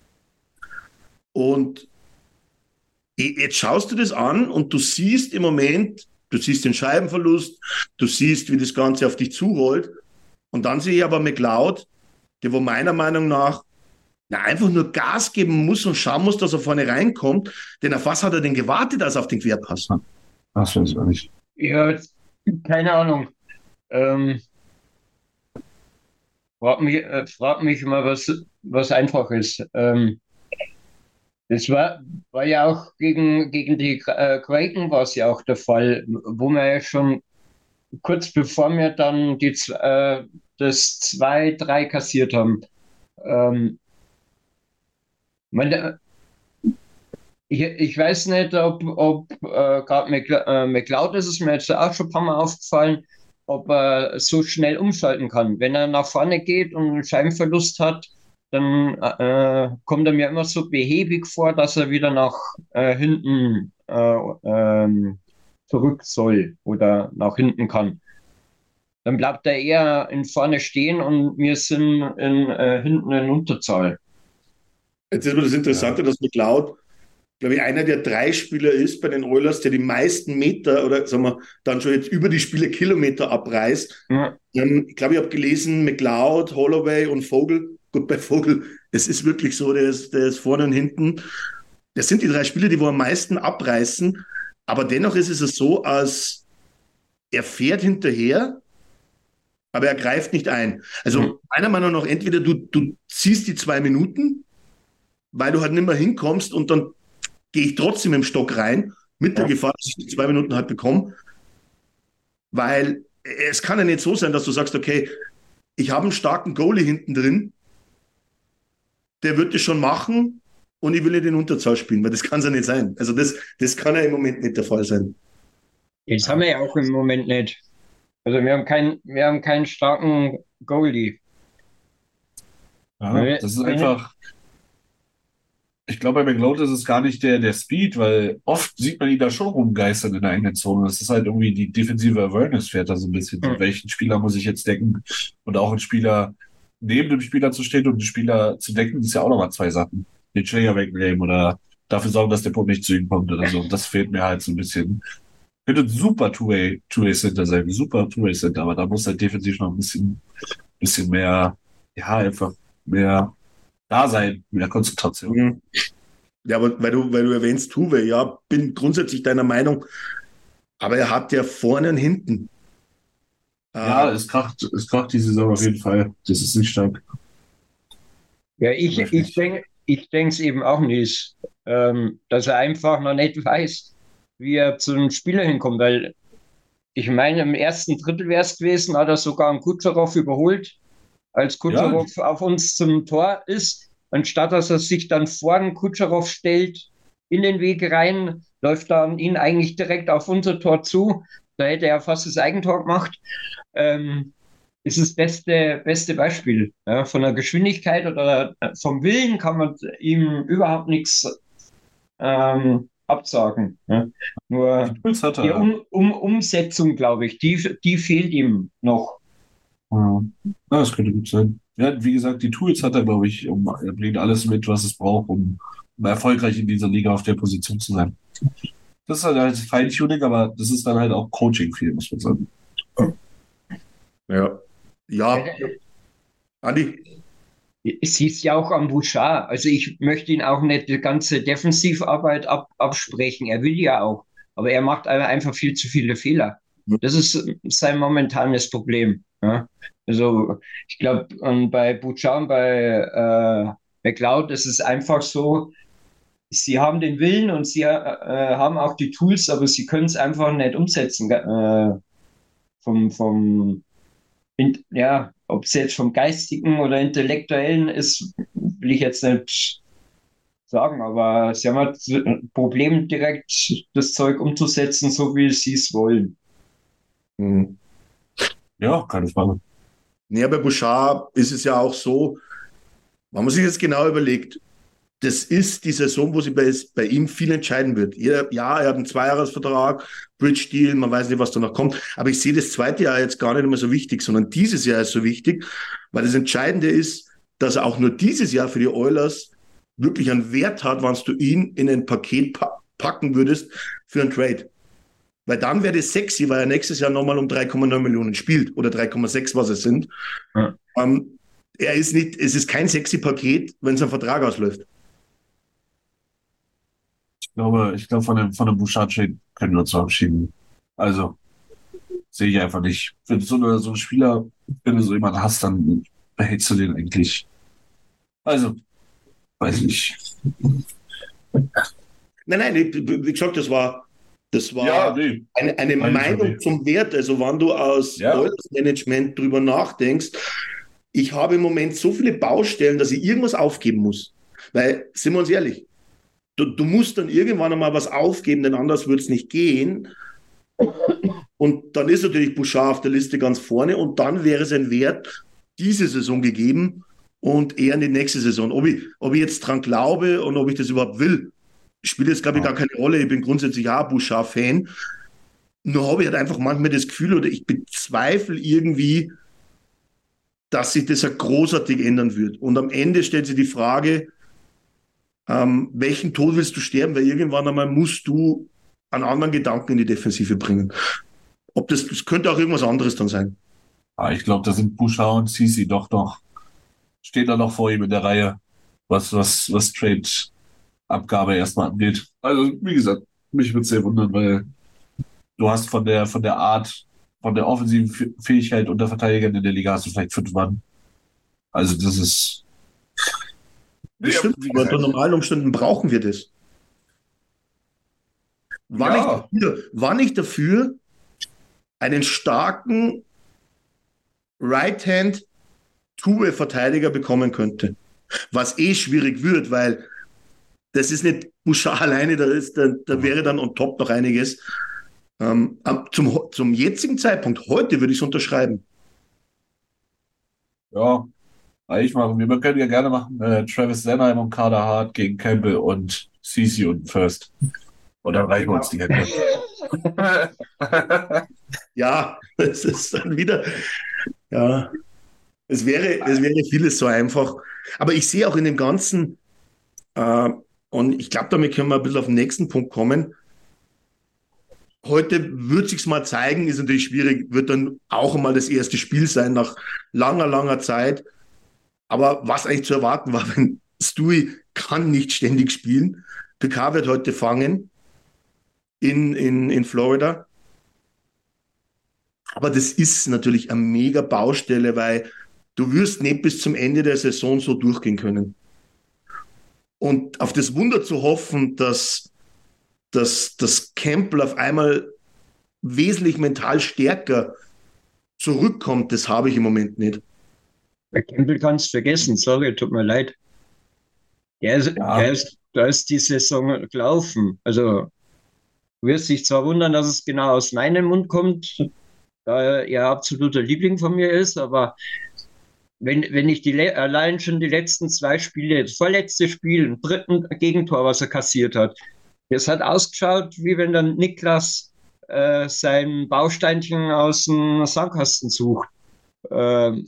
Und jetzt schaust du das an und du siehst im Moment, du siehst den Scheibenverlust, du siehst, wie das Ganze auf dich zurollt. Und dann sehe ich aber McLeod, der wo meiner Meinung nach na, einfach nur Gas geben muss und schauen muss, dass er vorne reinkommt. Denn auf was hat er denn gewartet, als er auf den Querpass? Das weiß ich auch nicht. Ja, keine Ahnung. Ähm, frag mich, äh, frag mich mal, was, was einfach ist. Ähm, das war, war ja auch gegen, gegen die äh, Kraken war es ja auch der Fall, wo wir ja schon kurz bevor wir dann die, äh, das zwei drei kassiert haben. Ähm, meine, ich, ich weiß nicht, ob, ob äh, gerade McLe äh, McLeod ist es mir jetzt auch schon ein paar Mal aufgefallen, ob er so schnell umschalten kann. Wenn er nach vorne geht und einen Scheibenverlust hat, dann äh, kommt er mir immer so behäbig vor, dass er wieder nach äh, hinten äh, ähm, zurück soll oder nach hinten kann. Dann bleibt er eher in vorne stehen und wir sind in, äh, hinten in Unterzahl. Jetzt ist aber das Interessante, ja, dass McLeod, glaube ich, einer der drei Spieler ist bei den Oilers, der die meisten Meter oder sagen wir dann schon jetzt über die Spiele Kilometer abreißt. Ja. Ähm, ich glaube, ich habe gelesen, McLeod, Holloway und Vogel. Gut, bei Vogel, es ist wirklich so, der ist, der ist vorne und hinten. Das sind die drei Spieler, die wo am meisten abreißen. Aber dennoch ist es so, als er fährt hinterher, aber er greift nicht ein. Also mhm. meiner Meinung nach, entweder du, du ziehst die zwei Minuten, weil du halt nicht mehr hinkommst und dann gehe ich trotzdem im Stock rein, mit der ja. Gefahr, dass ich die zwei Minuten halt bekomme. Weil es kann ja nicht so sein, dass du sagst, okay, ich habe einen starken Goalie hinten drin, der wird das schon machen und ich will nicht in Unterzahl spielen, weil das kann es ja nicht sein. Also das, das kann ja im Moment nicht der Fall sein. Das haben wir ja auch im Moment nicht. Also wir haben, kein, wir haben keinen starken Goalie. Ja, das ist einfach... Ich glaube, bei McLeod ist es gar nicht der, der Speed, weil oft sieht man ihn da schon rumgeistern in der eigenen Zone. Das ist halt irgendwie die defensive Awareness fährt da so ein bisschen. Mhm. Welchen Spieler muss ich jetzt decken? Und auch ein Spieler neben dem Spieler zu stehen und den Spieler zu decken, ist ja auch nochmal zwei Sachen. Den Schläger wegnehmen oder dafür sorgen, dass der Punkt nicht zu ihm kommt oder so. Und das fehlt mir halt so ein bisschen. Könnte ein super Two-Way, Two-Way-Center sein, super Two-Way-Center, aber da muss halt defensiv noch ein bisschen, bisschen mehr, ja, einfach mehr da sein, mehr Konzentration. Mhm. Ja, aber weil du, weil du erwähnst Two-Way, ja, bin grundsätzlich deiner Meinung, aber er hat ja vorne und hinten. Ja, es kracht, es kracht die Saison auf jeden Fall. Das ist nicht stark. Ja, ich, ich denke ich es eben auch nicht, ähm, dass er einfach noch nicht weiß, wie er zu einem Spieler hinkommt, weil ich meine, im ersten Drittel wäre es gewesen, hat er sogar einen Kucherov überholt, als Kucherov ja. auf uns zum Tor ist, anstatt dass er sich dann vor den Kucherov stellt, in den Weg rein, läuft er an ihn eigentlich direkt auf unser Tor zu. Da hätte er fast das Eigentor gemacht. Ähm, ist das beste, beste Beispiel. Ja, von der Geschwindigkeit oder vom Willen kann man ihm überhaupt nichts ähm, absagen. Ja. Nur die um, um, Umsetzung, glaube ich, die, die fehlt ihm noch. Ja, das könnte gut sein. Ja, wie gesagt, die Tools hat er, glaube ich, um, er bringt alles mit, was es braucht, um, um erfolgreich in dieser Liga auf der Position zu sein. Das ist halt, halt Feintuning, aber das ist dann halt auch Coaching viel, muss man sagen. Ja. Ja. Andi? Ich sehe es ja auch am Bouchard. Also ich möchte ihn auch nicht die ganze Defensivarbeit ab, absprechen. Er will ja auch. Aber er macht einfach viel zu viele Fehler. Das ist sein momentanes Problem. Ja? Also ich glaube, bei Bouchard und bei äh, McLeod ist es einfach so, sie haben den Willen und sie äh, haben auch die Tools, aber sie können es einfach nicht umsetzen. Äh, vom, vom in, ja, ob es jetzt vom Geistigen oder Intellektuellen ist, will ich jetzt nicht sagen, aber sie haben halt ein Problem, direkt das Zeug umzusetzen, so wie sie es wollen. Mhm. Ja, keine Frage. Ja, bei Bouchard ist es ja auch so, wenn man sich jetzt genau überlegt, das ist die Saison, wo sich bei, bei ihm viel entscheiden wird. Ja, er hat einen Zweijahresvertrag, Bridge Deal, man weiß nicht, was danach kommt. Aber ich sehe das zweite Jahr jetzt gar nicht mehr so wichtig, sondern dieses Jahr ist so wichtig, weil das Entscheidende ist, dass er auch nur dieses Jahr für die Oilers wirklich einen Wert hat, wenn du ihn in ein Paket pa- packen würdest für einen Trade. Weil dann wäre das sexy, weil er nächstes Jahr nochmal um drei Komma neun Millionen spielt oder drei Komma sechs, was es sind. Ja. Ähm, er ist nicht, es ist kein sexy Paket, wenn sein Vertrag ausläuft. Ich glaube, ich glaube, von dem, von dem Bouchard-Trade können wir uns verabschieden. Also, sehe ich einfach nicht. Wenn du so, eine, so einen Spieler, wenn du so jemanden hast, dann behältst du den eigentlich. Also, weiß nicht. Nein, nein, wie gesagt, das war, das war ja, nee. eine, eine Meinung zum Wert. Also, wenn du aus ja. Oilers-Management drüber nachdenkst, ich habe im Moment so viele Baustellen, dass ich irgendwas aufgeben muss. Weil, sind wir uns ehrlich, Du, du musst dann irgendwann einmal was aufgeben, denn anders wird es nicht gehen. Und dann ist natürlich Bouchard auf der Liste ganz vorne und dann wäre sein Wert diese Saison gegeben und eher in die nächste Saison. Ob ich, ob ich jetzt dran glaube und ob ich das überhaupt will, spielt jetzt, glaube ich, gar keine Rolle. Ich bin grundsätzlich auch Bouchard-Fan. Nur habe ich halt einfach manchmal das Gefühl oder ich bezweifle irgendwie, dass sich das ja großartig ändern wird. Und am Ende stellt sich die Frage, Ähm, welchen Tod willst du sterben? Weil irgendwann einmal musst du einen anderen Gedanken in die Defensive bringen. Ob das, das könnte auch irgendwas anderes dann sein. Ah, ich glaube, da sind Bouchard und Ceci doch noch, steht da noch vor ihm in der Reihe, was, was, was Trade-Abgabe erstmal angeht. Also, wie gesagt, mich würde es sehr wundern, weil du hast von der, von der Art, von der offensiven Fähigkeit unter Verteidigern in der Liga hast du vielleicht fünf Mann. Also, das ist, Das stimmt, aber unter normalen Umständen brauchen wir das. War, ja. nicht dafür, war nicht dafür, einen starken Right-Hand-Two-Way-Verteidiger bekommen könnte. Was eh schwierig wird, weil das ist nicht Bouchard alleine, da, ist, da, da wäre dann on top noch einiges. Ähm, zum, zum jetzigen Zeitpunkt, heute würde ich es unterschreiben. Ja. Ich machen. Wir können ja gerne machen äh, Travis Senheim und Carter Hart gegen Campbell und Ceci und First. Und dann reichen wir uns die Hände. Ja, es ist dann wieder. Ja, es wäre, es wäre vieles so einfach. Aber ich sehe auch in dem Ganzen, äh, und ich glaube, damit können wir ein bisschen auf den nächsten Punkt kommen. Heute wird sich's mal zeigen, ist natürlich schwierig, wird dann auch mal das erste Spiel sein nach langer, langer Zeit. Aber was eigentlich zu erwarten war, wenn Stewie kann nicht ständig spielen. Picard wird heute fangen in, in, in Florida. Aber das ist natürlich eine mega Baustelle, weil du wirst nicht bis zum Ende der Saison so durchgehen können. Und auf das Wunder zu hoffen, dass, dass, dass Campbell auf einmal wesentlich mental stärker zurückkommt, das habe ich im Moment nicht. Bei Campbell kannst du vergessen, sorry, tut mir leid. Der ist, ja. der ist, da ist die Saison gelaufen. Also, du wirst dich zwar wundern, dass es genau aus meinem Mund kommt, da er absoluter Liebling von mir ist, aber wenn, wenn ich die allein schon die letzten zwei Spiele, das vorletzte Spiel, ein dritten Gegentor, was er kassiert hat, das hat ausgeschaut, wie wenn dann Niklas äh, sein Bausteinchen aus dem Sandkasten sucht. Ähm,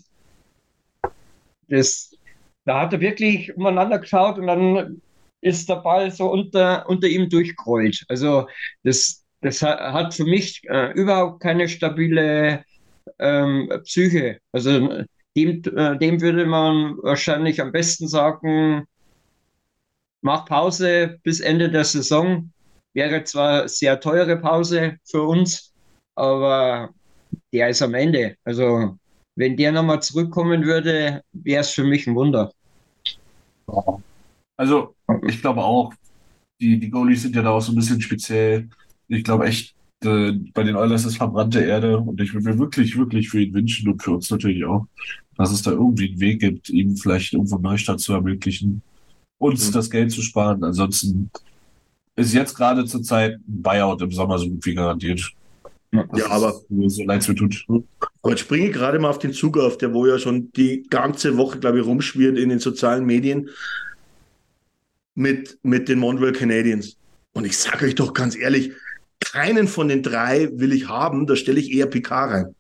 Das, da hat er wirklich umeinander geschaut und dann ist der Ball so unter, unter ihm durchgerollt. Also das, das hat für mich äh, überhaupt keine stabile ähm, Psyche. Also dem, äh, dem würde man wahrscheinlich am besten sagen, mach Pause bis Ende der Saison. Wäre zwar eine sehr teure Pause für uns, aber der ist am Ende. Also wenn der nochmal zurückkommen würde, wäre es für mich ein Wunder. Also, ich glaube auch, die, die Goalies sind ja da auch so ein bisschen speziell. Ich glaube echt, äh, bei den Oilers ist verbrannte Erde und ich würde mir wirklich, wirklich für ihn wünschen und für uns natürlich auch, dass es da irgendwie einen Weg gibt, ihm vielleicht irgendwo einen Neustart zu ermöglichen, uns Mhm. das Geld zu sparen. Ansonsten ist jetzt gerade zur Zeit ein Buyout im Sommer so gut wie garantiert. Das Ja, aber ist, so leid es mir tut. Aber jetzt springe ich gerade mal auf den Zug auf, der wo ja schon die ganze Woche, glaube ich, rumschwirrt in den sozialen Medien mit, mit den Montreal Canadiens. Und ich sage euch doch ganz ehrlich, keinen von den drei will ich haben, da stelle ich eher Picard rein.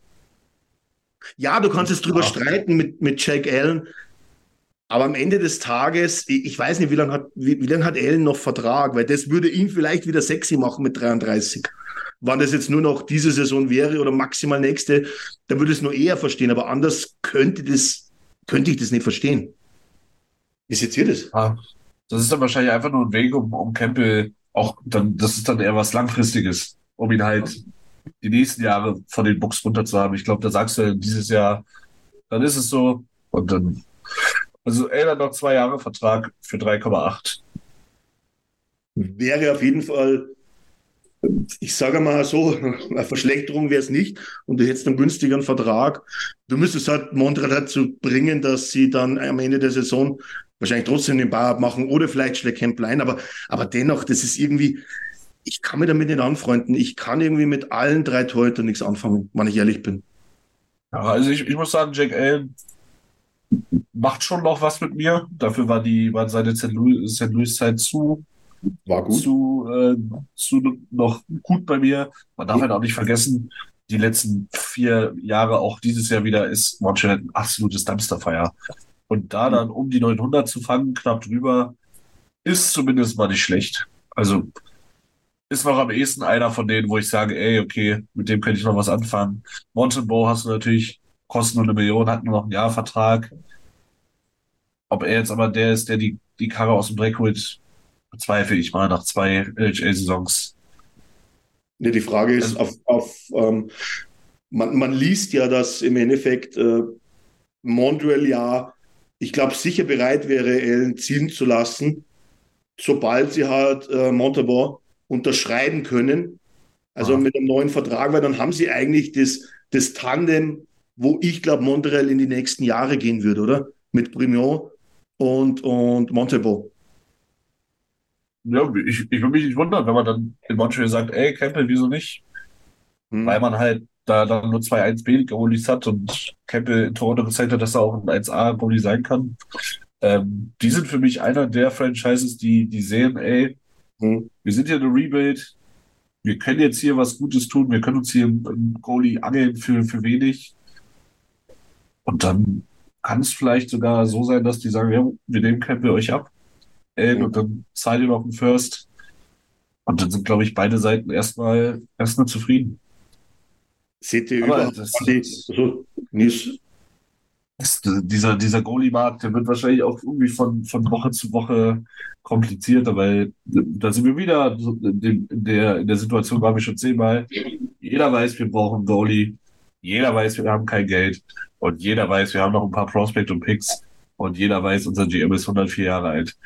Ja, du kannst jetzt drüber Ja. streiten mit, mit Jake Allen, aber am Ende des Tages, ich, ich weiß nicht, wie lange hat, wie, wie lange hat Allen noch Vertrag, weil das würde ihn vielleicht wieder sexy machen mit dreiunddreißig. Wann das jetzt nur noch diese Saison wäre oder maximal nächste, dann würde ich es nur eher verstehen, aber anders könnte, das, könnte ich das nicht verstehen. Wie seht ihr das? Ja, das ist dann wahrscheinlich einfach nur ein Weg, um, um Campbell auch dann, das ist dann eher was Langfristiges, um ihn halt die nächsten Jahre von den Bucks runter zu haben. Ich glaube, da sagst du dieses Jahr, dann ist es so und dann, also er hat noch zwei Jahre Vertrag für drei Komma acht. Wäre auf jeden Fall, ich sage mal so, eine Verschlechterung wäre es nicht und du hättest einen günstigeren Vertrag. Du müsstest halt Montreal dazu bringen, dass sie dann am Ende der Saison wahrscheinlich trotzdem den Buyout machen oder vielleicht schlägt Camp Line, aber, aber dennoch, das ist irgendwie, ich kann mir damit nicht anfreunden. Ich kann irgendwie mit allen drei Torhütern nichts anfangen, wenn ich ehrlich bin. Ja, also ich, ich muss sagen, Jake Allen macht schon noch was mit mir. Dafür war die, war seine Saint Louis, Saint Louis-Zeit zu, War zu, äh, zu noch gut bei mir. Man darf halt auch nicht vergessen, die letzten vier Jahre, auch dieses Jahr wieder, ist Montreal ein absolutes Dumpsterfire. Und da dann um die neunhundert zu fangen, knapp drüber, ist zumindest mal nicht schlecht. Also ist noch am ehesten einer von denen, wo ich sage, ey, okay, mit dem könnte ich noch was anfangen. Montembeau hast du natürlich, kostet nur eine Million, hat nur noch ein Jahr Vertrag. Ob er jetzt aber der ist, der die, die Karre aus dem Dreck holt, bezweifle ich mal nach zwei N H L-Saisons. Ne, die Frage ist, auf, auf ähm, man, man liest ja, dass im Endeffekt äh, Montreal ja, ich glaube, sicher bereit wäre, Allen ziehen zu lassen, sobald sie halt äh, Montembeau unterschreiben können, also Ah. mit einem neuen Vertrag, weil dann haben sie eigentlich das, das Tandem, wo ich glaube, Montreal in die nächsten Jahre gehen würde, oder? Mit Brignon und, und Montembeau. Ja, ich, ich würde mich nicht wundern, wenn man dann in Montreal sagt, ey, Campbell, wieso nicht? Hm. Weil man halt da dann nur zwei eins B-Goalies hat und Campbell in Toronto gezeigt hat, dass er auch ein eins A-Goalie sein kann. Ähm, die sind für mich einer der Franchises, die, die sehen, ey, Hm. wir sind hier eine Rebuild, wir können jetzt hier was Gutes tun, wir können uns hier einen Goalie angeln für, für wenig. Und dann kann es vielleicht sogar so sein, dass die sagen, ja, wir nehmen Campbell euch ab. Ey, Mhm. und dann zahlt ihr noch einen First. Und dann sind, glaube ich, beide Seiten erstmal erstmal zufrieden. Seht ihr Aber überhaupt das- die, so, Nils, Das, dieser, dieser Goalie-Markt, der wird wahrscheinlich auch irgendwie von, von Woche zu Woche komplizierter, weil da sind wir wieder so in, dem, in, der, in der Situation, waren wir schon zehnmal. Jeder weiß, wir brauchen einen Goalie. Jeder weiß, wir haben kein Geld. Und jeder weiß, wir haben noch ein paar Prospect und Picks. Und jeder weiß, unser G M ist hundertvier Jahre alt.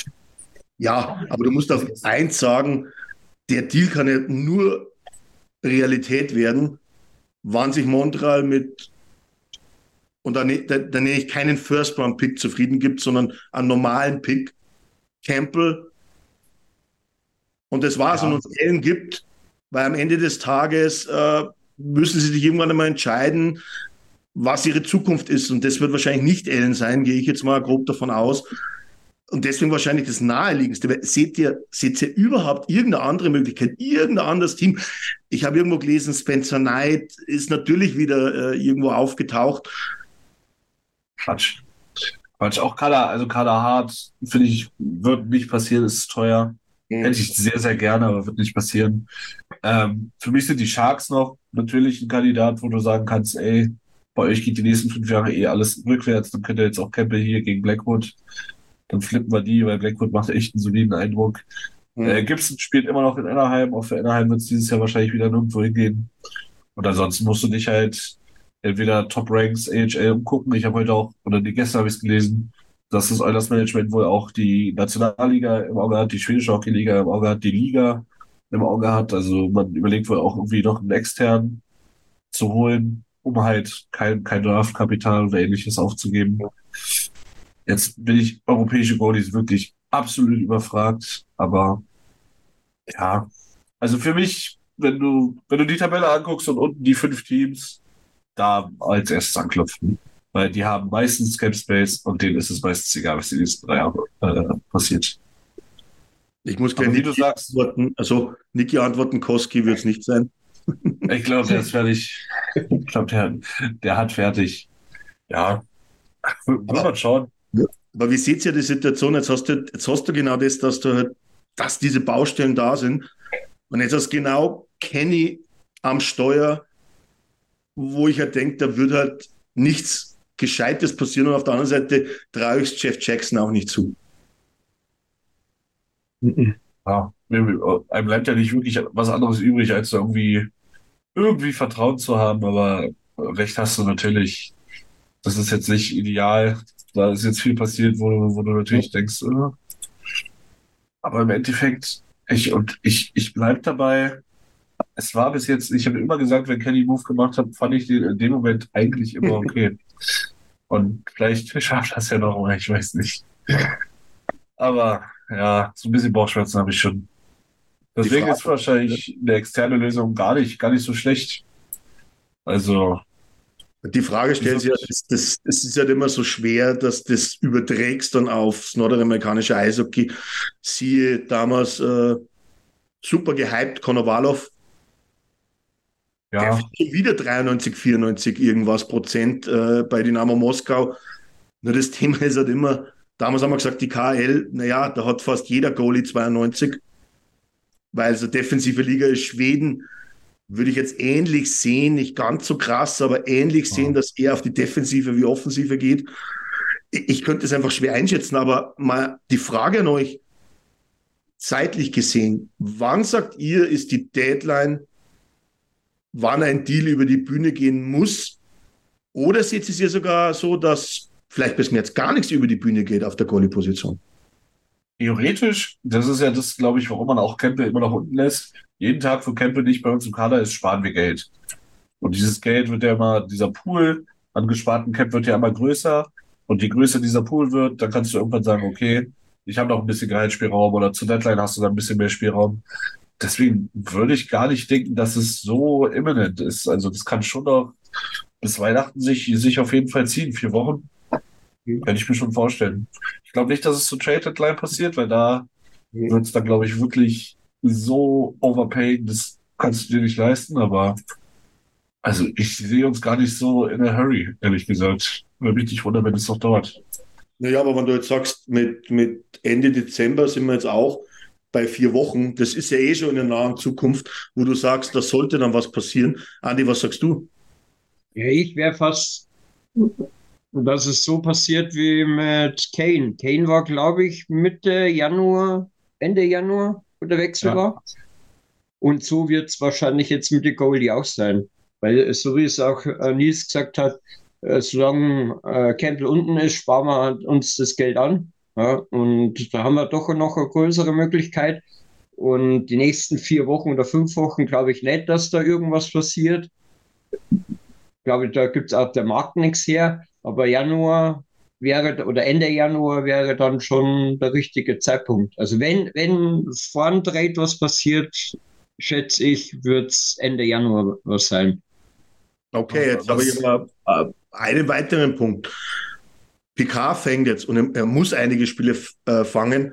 ja, aber du musst auf eins sagen, der Deal kann ja nur Realität werden, wann sich Montreal mit, und da, ne- da, da nenne ich keinen First-Round-Pick zufrieden gibt, sondern einen normalen Pick, Campbell, und das war's, Ja. und uns Allen gibt, weil am Ende des Tages äh, müssen sie sich irgendwann einmal entscheiden, was ihre Zukunft ist, und das wird wahrscheinlich nicht Allen sein, gehe ich jetzt mal grob davon aus. Und deswegen wahrscheinlich das Naheliegendste. Weil Seht ihr, seht ihr überhaupt irgendeine andere Möglichkeit, irgendein anderes Team? Ich habe irgendwo gelesen, Spencer Knight ist natürlich wieder äh, irgendwo aufgetaucht. Quatsch. Quatsch. Auch Kader, also Kader Hart, finde ich, wird nicht passieren, ist teuer. Hätte ich sehr, sehr gerne, aber wird nicht passieren. Ähm, für mich sind die Sharks noch natürlich ein Kandidat, wo du sagen kannst, ey, bei euch geht die nächsten fünf Jahre eh alles rückwärts, dann könnt ihr jetzt auch Campbell hier gegen Blackwood, dann flippen wir die, weil Blackwood macht echt einen soliden Eindruck. Mhm. Äh, Gibson spielt immer noch in Anaheim, auch für Anaheim wird es dieses Jahr wahrscheinlich wieder nirgendwo hingehen. Und ansonsten musst du dich halt entweder Top Ranks, A H L umgucken. Ich habe heute auch, oder die gestern habe ich es gelesen, dass das Oilers Management wohl auch die Nationalliga im Auge hat, die schwedische Hockeyliga im Auge hat, die Liga im Auge hat. Also man überlegt wohl auch irgendwie noch einen externen zu holen, um halt kein, kein Draftkapital oder ähnliches aufzugeben. Jetzt bin ich europäische Goalies wirklich absolut überfragt, aber ja, also für mich, wenn du, wenn du die Tabelle anguckst und unten die fünf Teams, da als erstes anklopfen. Weil die haben meistens Cap Space und denen ist es meistens egal, was die nächsten drei Jahre äh, passiert. Ich muss gleich Aber wie Niki du sagst, antworten. Also Niki antworten, Koski wird es nicht sein. ich glaube, der ist fertig. Ich glaube, der, der hat fertig. Ja, wird man schauen. Aber wie seht ihr die Situation? Jetzt hast du, jetzt hast du genau das, dass du halt, dass diese Baustellen da sind. Und jetzt hast du genau Kenny am Steuer, wo ich halt denke, da wird halt nichts Gescheites passieren. Und auf der anderen Seite traue ich Jeff Jackson auch nicht zu. Ja, einem bleibt ja nicht wirklich was anderes übrig, als irgendwie, irgendwie Vertrauen zu haben. Aber recht hast du natürlich. Das ist jetzt nicht ideal. Da ist jetzt viel passiert, wo, wo du natürlich denkst, äh. aber im Endeffekt, ich, und ich, ich bleib dabei. Es war bis jetzt, ich habe immer gesagt, wenn Kenny Move gemacht hat, fand ich den in dem Moment eigentlich immer okay. Und vielleicht schafft das ja noch mal, ich weiß nicht. Aber ja, so ein bisschen Bauchschmerzen habe ich schon. Deswegen Frage- ist wahrscheinlich eine externe Lösung gar nicht, gar nicht so schlecht. Also, Die Frage stellt sich ja, das, das, es ist halt immer so schwer, dass das überträgst dann aufs nordamerikanische Eishockey. Siehe damals äh, super gehypt, Konovalov. Der ja, hat schon wieder dreiundneunzig, vierundneunzig irgendwas Prozent äh, bei Dynamo Moskau. Nur das Thema ist halt immer, damals haben wir gesagt, die K L, naja, da hat fast jeder Goalie zweiundneunzig, weil so defensive Liga ist Schweden, würde ich jetzt ähnlich sehen, nicht ganz so krass, aber ähnlich sehen, dass eher auf die Defensive wie Offensive geht. Ich, ich könnte es einfach schwer einschätzen, aber mal die Frage an euch, zeitlich gesehen, wann sagt ihr, ist die Deadline, wann ein Deal über die Bühne gehen muss? Oder seht ihr es ihr sogar so, dass vielleicht bis jetzt gar nichts über die Bühne geht auf der Goalie-Position? theoretisch, das ist ja das, glaube ich, warum man auch Campbell immer noch unten lässt. Jeden Tag, wo Campbell nicht bei uns im Kader ist, sparen wir Geld. Und dieses Geld wird ja immer, dieser Pool an gesparten Cap wird ja immer größer. Und je größer dieser Pool wird, dann kannst du irgendwann sagen, okay, ich habe noch ein bisschen Gehaltsspielraum oder zur Deadline hast du dann ein bisschen mehr Spielraum. Deswegen würde ich gar nicht denken, dass es so imminent ist. Also das kann schon noch bis Weihnachten sich, sich auf jeden Fall ziehen. Vier Wochen. Kann ich mir schon vorstellen. Ich glaube nicht, dass es zur Trade Deadline passiert, weil da wird es dann, glaube ich, wirklich so overpaid, das kannst du dir nicht leisten, aber also ich sehe uns gar nicht so in a hurry, ehrlich gesagt. Würde mich nicht wundern, wenn es noch dauert. Naja, aber wenn du jetzt sagst, mit, mit Ende Dezember sind wir jetzt auch bei vier Wochen, das ist ja eh schon in der nahen Zukunft, wo du sagst, da sollte dann was passieren. Andi, was sagst du? Ja, ich wäre fast, dass es so passiert wie mit Kane. Kane war, glaube ich, Mitte Januar, Ende Januar, wo der Wechsel Ja. war. Und so wird es wahrscheinlich jetzt mit der Goalie auch sein. Weil, äh, so wie es auch äh, Nils gesagt hat, äh, solange äh, Campbell unten ist, sparen wir uns das Geld an. Ja, und da haben wir doch noch eine größere Möglichkeit. Und die nächsten vier Wochen oder fünf Wochen glaube ich nicht, dass da irgendwas passiert. Ich glaube, da gibt es auch der Markt nichts her. Aber Januar wäre, oder Ende Januar wäre dann schon der richtige Zeitpunkt. Also wenn, wenn vor dem Trade was passiert, schätze ich, wird es Ende Januar was sein. Okay, jetzt Was- habe ich aber äh, einen weiteren Punkt. Picard fängt jetzt und er, er muss einige Spiele äh, fangen.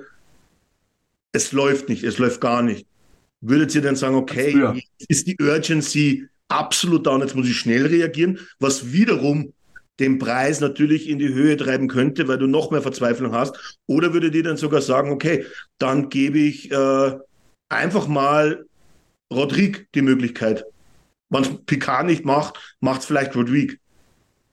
Es läuft nicht, es läuft gar nicht. Würdet ihr dann sagen, okay, Früher. jetzt ist die Urgency absolut da und jetzt muss ich schnell reagieren, was wiederum den Preis natürlich in die Höhe treiben könnte, weil du noch mehr Verzweiflung hast? Oder würdet ihr dann sogar sagen, okay, dann gebe ich äh, einfach mal Rodrigue die Möglichkeit. Wenn es Picard nicht macht, macht es vielleicht Rodrigue.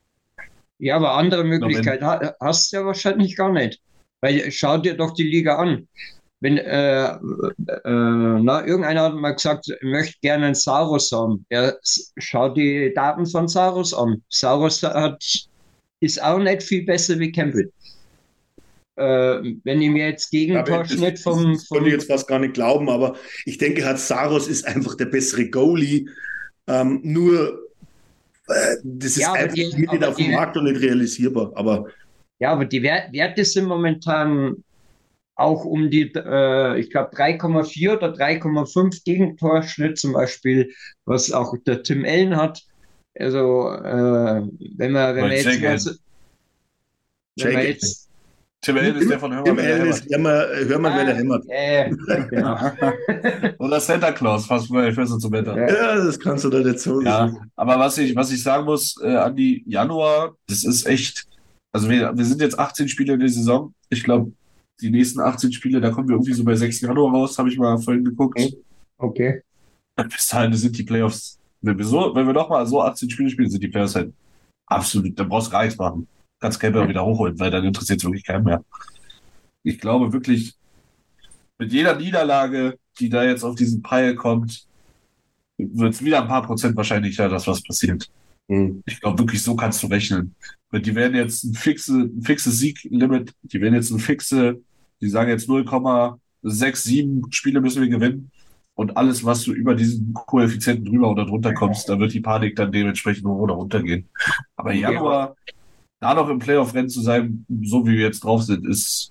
Ja, aber andere Möglichkeit ha- hast du ja wahrscheinlich gar nicht. Weil schau dir doch die Liga an. Wenn äh, äh, na, irgendeiner hat mal gesagt, er möchte gerne einen Saurus haben. Ja, s- schau die Daten von Saurus an. Saurus hat, ist auch nicht viel besser wie Campbell. Äh, wenn ich mir jetzt Aber Gegentorschnitt das, vom, das konnte ich vom jetzt fast gar nicht glauben, aber ich denke, halt, Saros ist einfach der bessere Goalie. Ähm, nur, äh, das ist Ja, aber einfach die- nicht aber auf dem die- Markt und nicht realisierbar. Aber Ja, aber die Wer- Werte sind momentan auch um die, äh, ich glaube, drei Komma vier oder drei Komma fünf Gegentorschnitt zum Beispiel, was auch der Tim Allen hat. Also, äh, wenn man, wenn Weil man jetzt Jack mal Allen. so, wenn man Jake jetzt, Tim Allen ist der von Hör mal, Tim wer der Allen hämmert. ist, hör mal, hör mal, wer der hämmert. äh, genau. Oder Santa Claus, fast besser zu Wetter. Ja. Ja, das kannst du da nicht so. Ja, aber was ich, was ich sagen muss, äh, Andi, Januar, das ist echt, also wir, wir sind jetzt achtzehn Spiele in der Saison. Ich glaube, die nächsten achtzehn Spiele, da kommen wir irgendwie so bei sechs Januar raus, habe ich mal vorhin geguckt. Okay. Bis dahin sind die Playoffs, wenn wir so, wenn wir doch mal so achtzehn Spiele spielen, sind die Playoffs halt absolut, da brauchst du gar nichts machen. Kannst Camper wieder hochholen, weil dann interessiert es wirklich keinen mehr. Ich glaube wirklich, mit jeder Niederlage, die da jetzt auf diesen Pile kommt, wird es wieder ein paar Prozent wahrscheinlicher, dass was passiert. Hm. Ich glaube wirklich, so kannst du rechnen. Weil die werden jetzt ein, fixe, ein fixes Sieglimit, die werden jetzt ein fixe, die sagen jetzt null Komma sechs sieben Spiele müssen wir gewinnen. Und alles, was du über diesen Koeffizienten drüber oder drunter kommst, da wird die Panik dann dementsprechend hoch oder runter gehen. Aber im Januar, da noch im Playoff-Rennen zu sein, so wie wir jetzt drauf sind, ist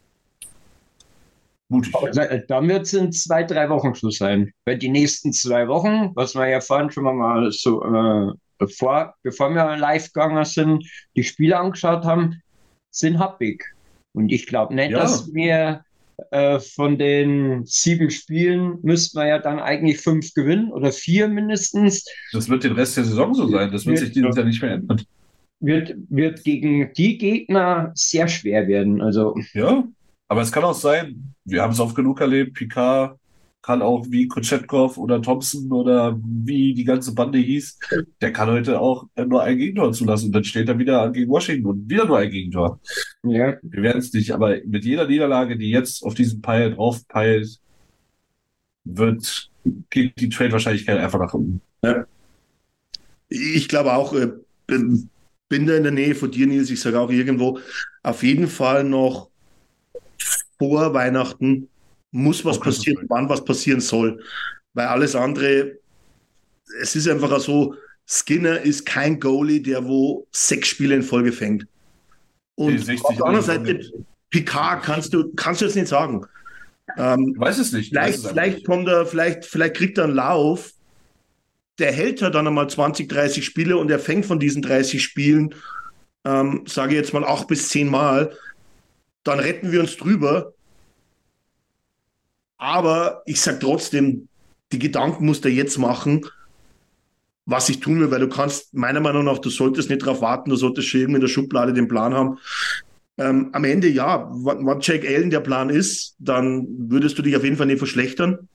mutig. Also, dann wird es in zwei, drei Wochen Schluss sein. Weil die nächsten zwei Wochen, was wir ja vorhin schon mal so, äh, bevor, bevor wir live gegangen sind, die Spiele angeschaut haben, sind happig. Und ich glaube nicht, Ja. dass wir äh, von den sieben Spielen müssten wir ja dann eigentlich fünf gewinnen oder vier mindestens. Das wird den Rest der Saison so sein. Das wird sich dieses Jahr nicht mehr ändern. Wird, wird gegen die Gegner sehr schwer werden. Also, Ja, aber es kann auch sein, wir haben es oft genug erlebt, Picard kann auch wie Kochetkov oder Thompson oder wie die ganze Bande hieß, der kann heute auch nur ein Gegentor zulassen und dann steht er wieder gegen Washington und wieder nur ein Gegentor. ja. Wir werden es nicht, aber mit jeder Niederlage, die jetzt auf diesen Pile drauf peilt, wird, geht die Trade-Wahrscheinlichkeit einfach nach unten. Ich glaube auch, äh, bin, bin da in der Nähe von dir, Nils. Ich sage auch irgendwo, auf jeden Fall noch vor Weihnachten muss was Auf Christmas passieren, Break. wann was passieren soll. Weil alles andere, es ist einfach so, Skinner ist kein Goalie, der wo sechs Spiele in Folge fängt. Nee, Und sechzig auf der anderen Millionen. Seite, Picard kannst du, kannst du jetzt nicht sagen. Ähm, Ich weiß es nicht. Ich weiß Vielleicht, es einfach vielleicht, nicht. kommt er, vielleicht, vielleicht kriegt er einen Lauf, der hält halt dann einmal zwanzig, dreißig Spiele und er fängt von diesen dreißig Spielen, ähm, sage ich jetzt mal acht bis zehn Mal, dann retten wir uns drüber. Aber ich sage trotzdem, die Gedanken musst du jetzt machen, was ich tun will, weil du kannst, meiner Meinung nach, du solltest nicht darauf warten, du solltest schon irgendwie in der Schublade den Plan haben. Ähm, am Ende ja, wenn Jake Allen der Plan ist, dann würdest du dich auf jeden Fall nicht verschlechtern.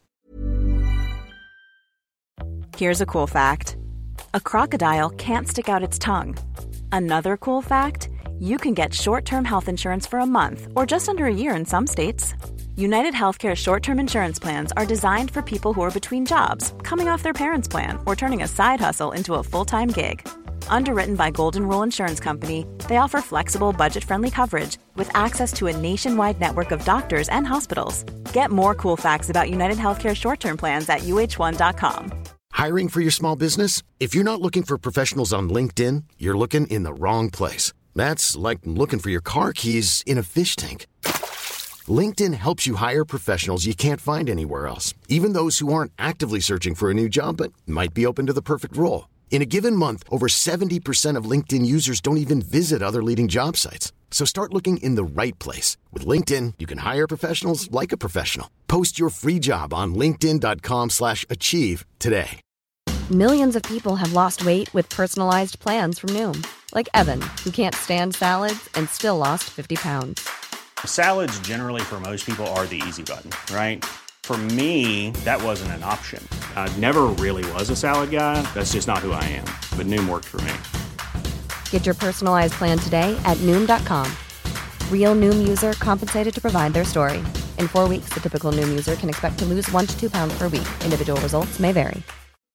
Here's a cool fact. A crocodile can't stick out its tongue. Another cool fact, you can get short-term health insurance for a month or just under a year in some states. United Healthcare short-term insurance plans are designed for people who are between jobs, coming off their parents' plan, or turning a side hustle into a full-time gig. Underwritten by Golden Rule Insurance Company, they offer flexible, budget-friendly coverage with access to a nationwide network of doctors and hospitals. Get more cool facts about United Healthcare short-term plans at U H one dot com. Hiring for your small business? If you're not looking for professionals on LinkedIn, you're looking in the wrong place. That's like looking for your car keys in a fish tank. LinkedIn helps you hire professionals you can't find anywhere else, even those who aren't actively searching for a new job but might be open to the perfect role. In a given month, over seventy percent of LinkedIn users don't even visit other leading job sites. So start looking in the right place. With LinkedIn, you can hire professionals like a professional. Post your free job on linkedin dot com slash achieve today. Millions of people have lost weight with personalized plans from Noom, like Evan, who can't stand salads and still lost fifty pounds. Salads generally for most people are the easy button, right? For me, that wasn't an option. I never really was a salad guy. That's just not who I am. But Noom worked for me. Get your personalized plan today at Noom dot com. Real Noom user compensated to provide their story. In four weeks, the typical Noom user can expect to lose one to two pounds per week. Individual results may vary.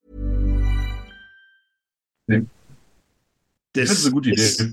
Nee. Das, das ist eine gute Idee. Ist,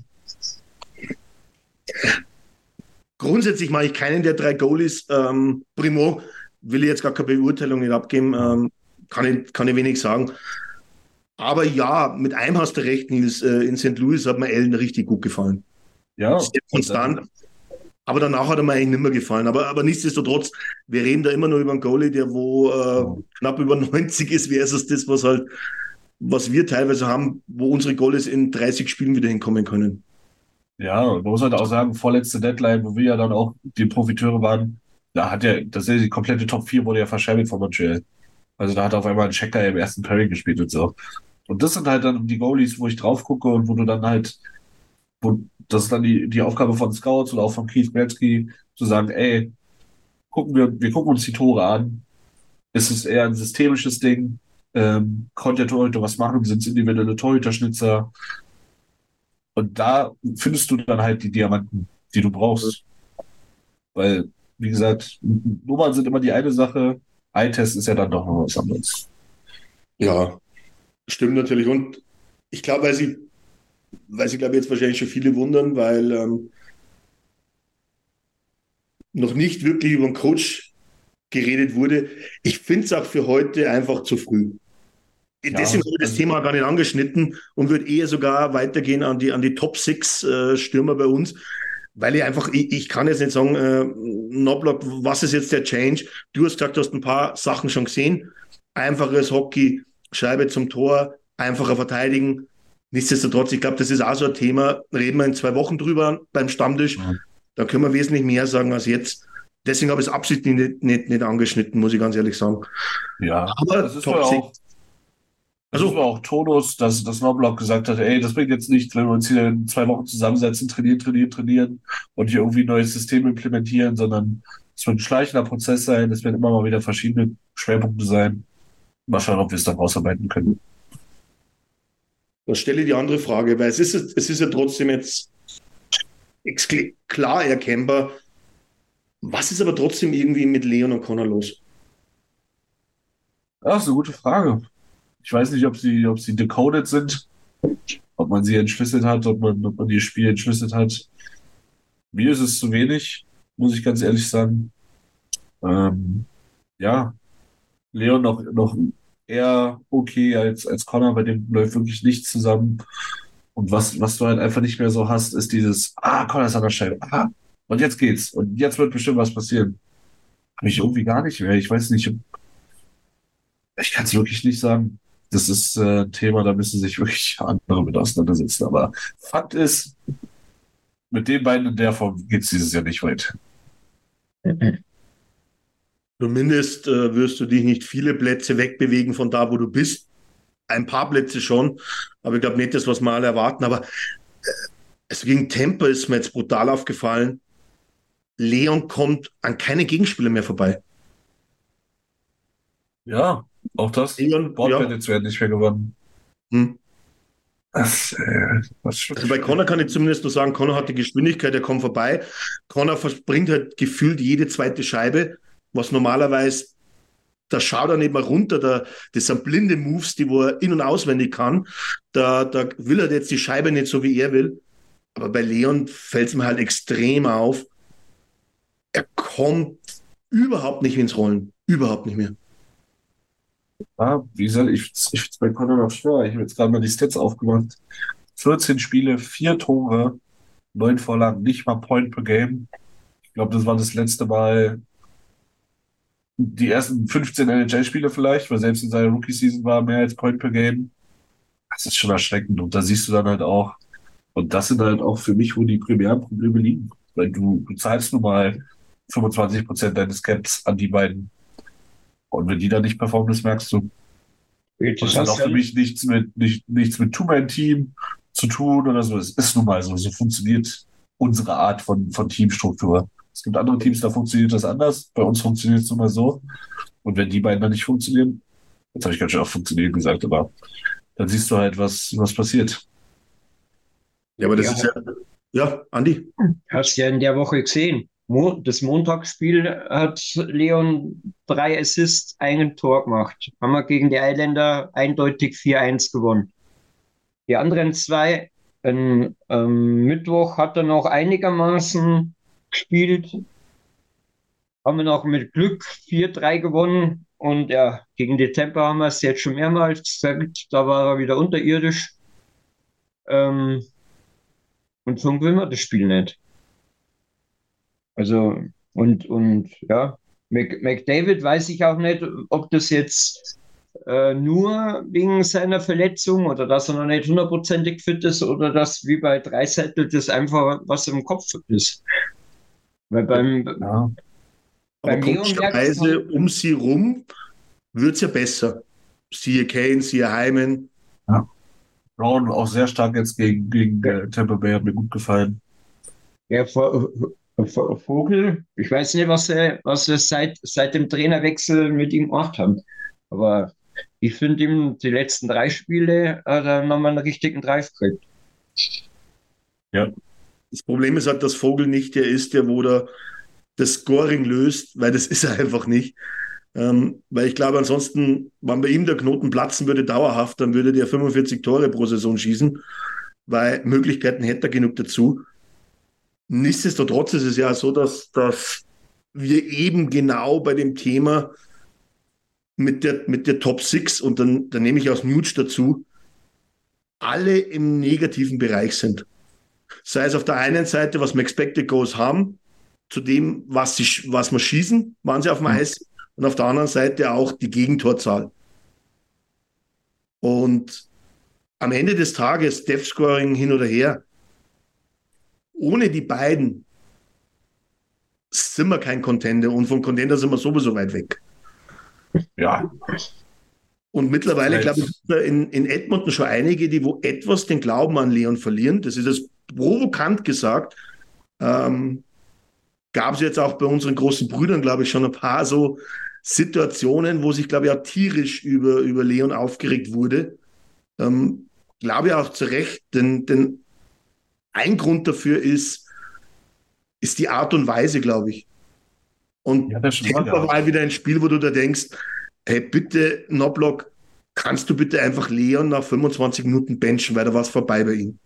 grundsätzlich mache ich keinen der drei Goalies. Ähm, Primo will ich jetzt gar keine Beurteilung nicht abgeben. Ähm, kann, ich, kann ich wenig sagen. Aber ja, mit einem hast du recht, Nils. Äh, in Sankt Louis hat mir Allen richtig gut gefallen. Ja. Sehr konstant. Aber danach hat er mir eigentlich nicht mehr gefallen. Aber, aber nichtsdestotrotz, wir reden da immer nur über einen Goalie, der wo äh, ja. knapp über neunzig ist, versus das, was halt, was wir teilweise haben, wo unsere Goalies in dreißig Spielen wieder hinkommen können. Ja, man muss halt auch sagen, vorletzte Deadline, wo wir ja dann auch die Profiteure waren, da hat ja, das ist die komplette Top vier wurde ja verschärft von Montreal. Also da hat auf einmal ein Checker im ersten Pairing gespielt und so. Und das sind halt dann die Goalies, wo ich drauf gucke und wo du dann halt, wo das ist dann die, die Aufgabe von Scouts oder auch von Keith Gretzky, zu sagen, ey, gucken wir, wir gucken uns die Tore an. Ist es eher ein systemisches Ding? Ähm, konnte der Torhüter was machen? Sind es individuelle Torhüterschnitzer? Und da findest du dann halt die Diamanten, die du brauchst. Weil, wie gesagt, Nummern sind immer die eine Sache, Eye-Test ist ja dann doch noch was anderes. Ja, stimmt natürlich. Und ich glaube, weil sie, weil sie, glaube ich, jetzt wahrscheinlich schon viele wundern, weil ähm, noch nicht wirklich über den Coach geredet wurde. Ich finde es auch für heute einfach zu früh. Ja, deswegen habe ich das also, Thema gar nicht angeschnitten und würde eher sogar weitergehen an die, an die Top six äh, Stürmer bei uns, weil ich einfach, ich, ich kann jetzt nicht sagen, äh, Knoblauch, was ist jetzt der Change? Du hast gesagt, du hast ein paar Sachen schon gesehen. Einfaches Hockey, Scheibe zum Tor, einfacher verteidigen. Nichtsdestotrotz, ich glaube, das ist auch so ein Thema. Reden wir in zwei Wochen drüber beim Stammtisch. Ja. Da können wir wesentlich mehr sagen als jetzt. Deswegen habe ich es absichtlich nicht, nicht, nicht angeschnitten, muss ich ganz ehrlich sagen. Ja, aber das ist Top auch. Also das war auch Tonus, dass das Knoblauch gesagt hat, ey, das bringt jetzt nichts, wenn wir uns hier in zwei Wochen zusammensetzen, trainieren, trainieren, trainieren und hier irgendwie ein neues System implementieren, sondern es wird ein schleichender Prozess sein, es werden immer mal wieder verschiedene Schwerpunkte sein. Mal schauen, ob wir es dann ausarbeiten können. Dann stelle ich die andere Frage, weil es ist, es ist ja trotzdem jetzt klar erkennbar, was ist aber trotzdem irgendwie mit Leon und Connor los? Ja, das ist eine gute Frage. Ich weiß nicht, ob sie, ob sie decoded sind, ob man sie entschlüsselt hat, ob man, ob man ihr Spiel entschlüsselt hat. Mir ist es zu wenig, muss ich ganz ehrlich sagen. Ähm, ja, Leon noch, noch eher okay als, als Connor, bei dem läuft wirklich nichts zusammen. Und was, was du halt einfach nicht mehr so hast, ist dieses, ah, Connor ist an der Scheibe, ah, und jetzt geht's. Und jetzt wird bestimmt was passieren. Habe ich irgendwie gar nicht mehr. Ich weiß nicht, ich kann es wirklich nicht sagen. Das ist äh, ein Thema, da müssen sich wirklich andere mit auseinandersetzen. Aber Fakt ist, mit den beiden in der Form geht es dieses Jahr nicht weit. Zumindest äh, wirst du dich nicht viele Plätze wegbewegen von da, wo du bist. Ein paar Plätze schon, aber ich glaube nicht das, was wir alle erwarten. Aber äh, also gegen Tampa ist mir jetzt brutal aufgefallen. Leon kommt an keine Gegenspieler mehr vorbei. Ja, auch das. Bordbändits ja. werden nicht mehr gewonnen. Hm. Das, äh, was also bei Connor kann ich zumindest nur sagen, Connor hat die Geschwindigkeit, er kommt vorbei. Connor verbringt halt gefühlt jede zweite Scheibe, was normalerweise, da schaut er nicht mal runter, da, das sind blinde Moves, die wo er in- und auswendig kann. Da, da will er jetzt die Scheibe nicht so, wie er will. Aber bei Leon fällt es mir halt extrem auf. Er kommt überhaupt nicht ins Rollen. Überhaupt nicht mehr. Ja, wie gesagt, ich, ich finde es bei Connor noch schwer. Ich habe jetzt gerade mal die Stats aufgemacht. vierzehn Spiele, vier Tore, neun Vorlagen, nicht mal Point per Game. Ich glaube, das war das letzte Mal die ersten fünfzehn N H L-Spiele vielleicht, weil selbst in seiner Rookie-Season war mehr als Point per Game. Das ist schon erschreckend. Und da siehst du dann halt auch, und das sind halt auch für mich, wo die primären Probleme liegen. Weil du, du zahlst nun mal fünfundzwanzig Prozent deines Caps an die beiden. Und wenn die da nicht performen, das merkst du. Das, das hat auch für mich nichts mit, nicht, nichts mit Two-Man-Team zu tun oder so. Es ist nun mal so. So funktioniert unsere Art von, von Teamstruktur. Es gibt andere Teams, da funktioniert das anders. Bei uns funktioniert es nun mal so. Und wenn die beiden dann nicht funktionieren, jetzt habe ich ganz schön auch funktionieren gesagt, aber dann siehst du halt, was, was passiert. Ja, aber das Ja, ist ja, ja, Andi. hast ja in der Woche gesehen. Mo das Montagsspiel hat Leon drei Assists, ein Tor gemacht. Haben wir gegen die Isländer eindeutig vier eins gewonnen. Die anderen zwei, ähm, ähm, Mittwoch hat er noch einigermaßen gespielt. Haben wir noch mit Glück vier drei gewonnen. Und ja, gegen die Tampa haben wir es jetzt schon mehrmals gesagt, da war er wieder unterirdisch. Ähm, und so will man das Spiel nicht. Also, und, und ja, Mc, McDavid weiß ich auch nicht, ob das jetzt äh, nur wegen seiner Verletzung oder dass er noch nicht hundertprozentig fit ist oder dass wie bei Draisaitl das einfach was im Kopf ist. Weil beim, Ja. Aber beim Leon merkst komischerweise du, um sie rum wird es ja besser. Siehe Kane, siehe Hyman. Ja. Brown auch sehr stark jetzt gegen, gegen Ja. äh, Tampa Bay, hat mir gut gefallen. ja, Vo- Vo- Vogel, ich weiß nicht, was er, was er seit, seit dem Trainerwechsel mit ihm gemacht haben. Aber ich finde ihm die letzten drei Spiele hat er nochmal einen richtigen Drive gekriegt. Ja. Das Problem ist halt, dass Vogel nicht der ist, der wo da das Scoring löst, weil das ist er einfach nicht. Ähm, weil ich glaube, ansonsten, wenn bei ihm der Knoten platzen würde, dauerhaft, dann würde der fünfundvierzig Tore pro Saison schießen, weil Möglichkeiten hätte er genug dazu. Nichtsdestotrotz ist es ja so, dass, dass wir eben genau bei dem Thema mit der, mit der Top sechs und dann, dann nehme ich aus Nuge dazu, alle im negativen Bereich sind. Sei es auf der einen Seite, was wir Expected Goals haben, zu dem, was, sie, was wir schießen, waren sie auf dem Eis, und auf der anderen Seite auch die Gegentorzahl. Und am Ende des Tages, Death-Scoring hin oder her, ohne die beiden sind wir kein Contender, und von Contender sind wir sowieso weit weg. Ja. Und mittlerweile, Right. glaube ich, sind in, in Edmonton schon einige, die wo etwas den Glauben an Leon verlieren. Das ist das provokant gesagt. Ähm, gab es jetzt auch bei unseren großen Brüdern, glaube ich, schon ein paar so Situationen, wo sich, glaube ich, auch tierisch über, über Leon aufgeregt wurde. Ähm, glaube ich auch zu Recht, denn, denn ein Grund dafür ist, ist die Art und Weise, glaube ich. Und Ja, das stimmt, Tampa ja. war wieder ein Spiel, wo du da denkst, hey, bitte, Knobloch, kannst du bitte einfach Leon nach fünfundzwanzig Minuten benchen, weil da war es vorbei bei ihm.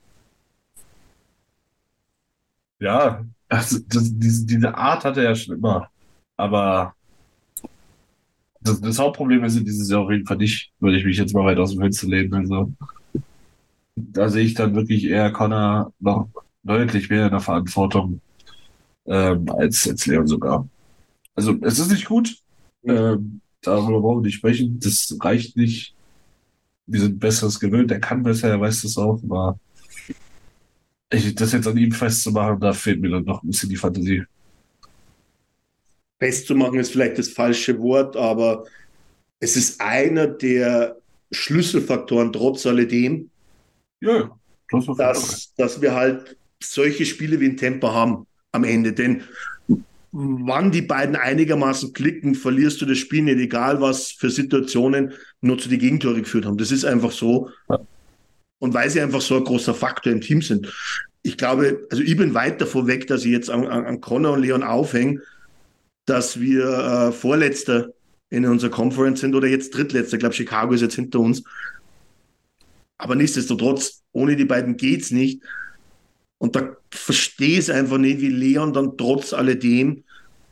Ja, also das, diese, diese Art hat er ja schon immer. Aber das, das Hauptproblem ist in dieser Saison auf jeden Fall nicht, würde ich mich jetzt mal weit aus dem Fenster lehnen. Also da sehe ich dann wirklich eher Connor noch deutlich mehr in der Verantwortung ähm, als, als Leon sogar. Also es ist nicht gut. Ähm, darüber brauchen wir nicht sprechen. Das reicht nicht. Wir sind Besseres gewöhnt. Er kann besser, er weiß das auch. Aber ich, das jetzt an ihm festzumachen, da fehlt mir dann noch ein bisschen die Fantasie. Festzumachen ist vielleicht das falsche Wort, aber es ist einer der Schlüsselfaktoren trotz alledem, Ja, ja. Das war dass, dass wir halt solche Spiele wie in Tampa haben am Ende. Denn wann die beiden einigermaßen klicken, verlierst du das Spiel nicht, egal was für Situationen nur zu die Gegentore geführt haben. Das ist einfach so. Ja. Und weil sie einfach so ein großer Faktor im Team sind. Ich glaube, also ich bin weit davon weg, dass ich jetzt an, an, an Connor und Leon aufhänge, dass wir äh, Vorletzter in unserer Conference sind oder jetzt Drittletzter. Ich glaube, Chicago ist jetzt hinter uns. Aber nichtsdestotrotz, ohne die beiden geht's nicht. Und da verstehe ich es einfach nicht, wie Leon dann trotz alledem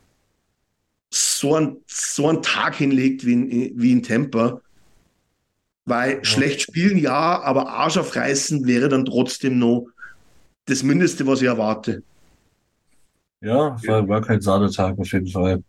so einen, so einen Tag hinlegt wie in, wie in Tampa. Weil ja. schlecht spielen, ja, aber Arsch aufreißen wäre dann trotzdem noch das Mindeste, was ich erwarte. Ja, war, war kein Sahnetag auf jeden Fall.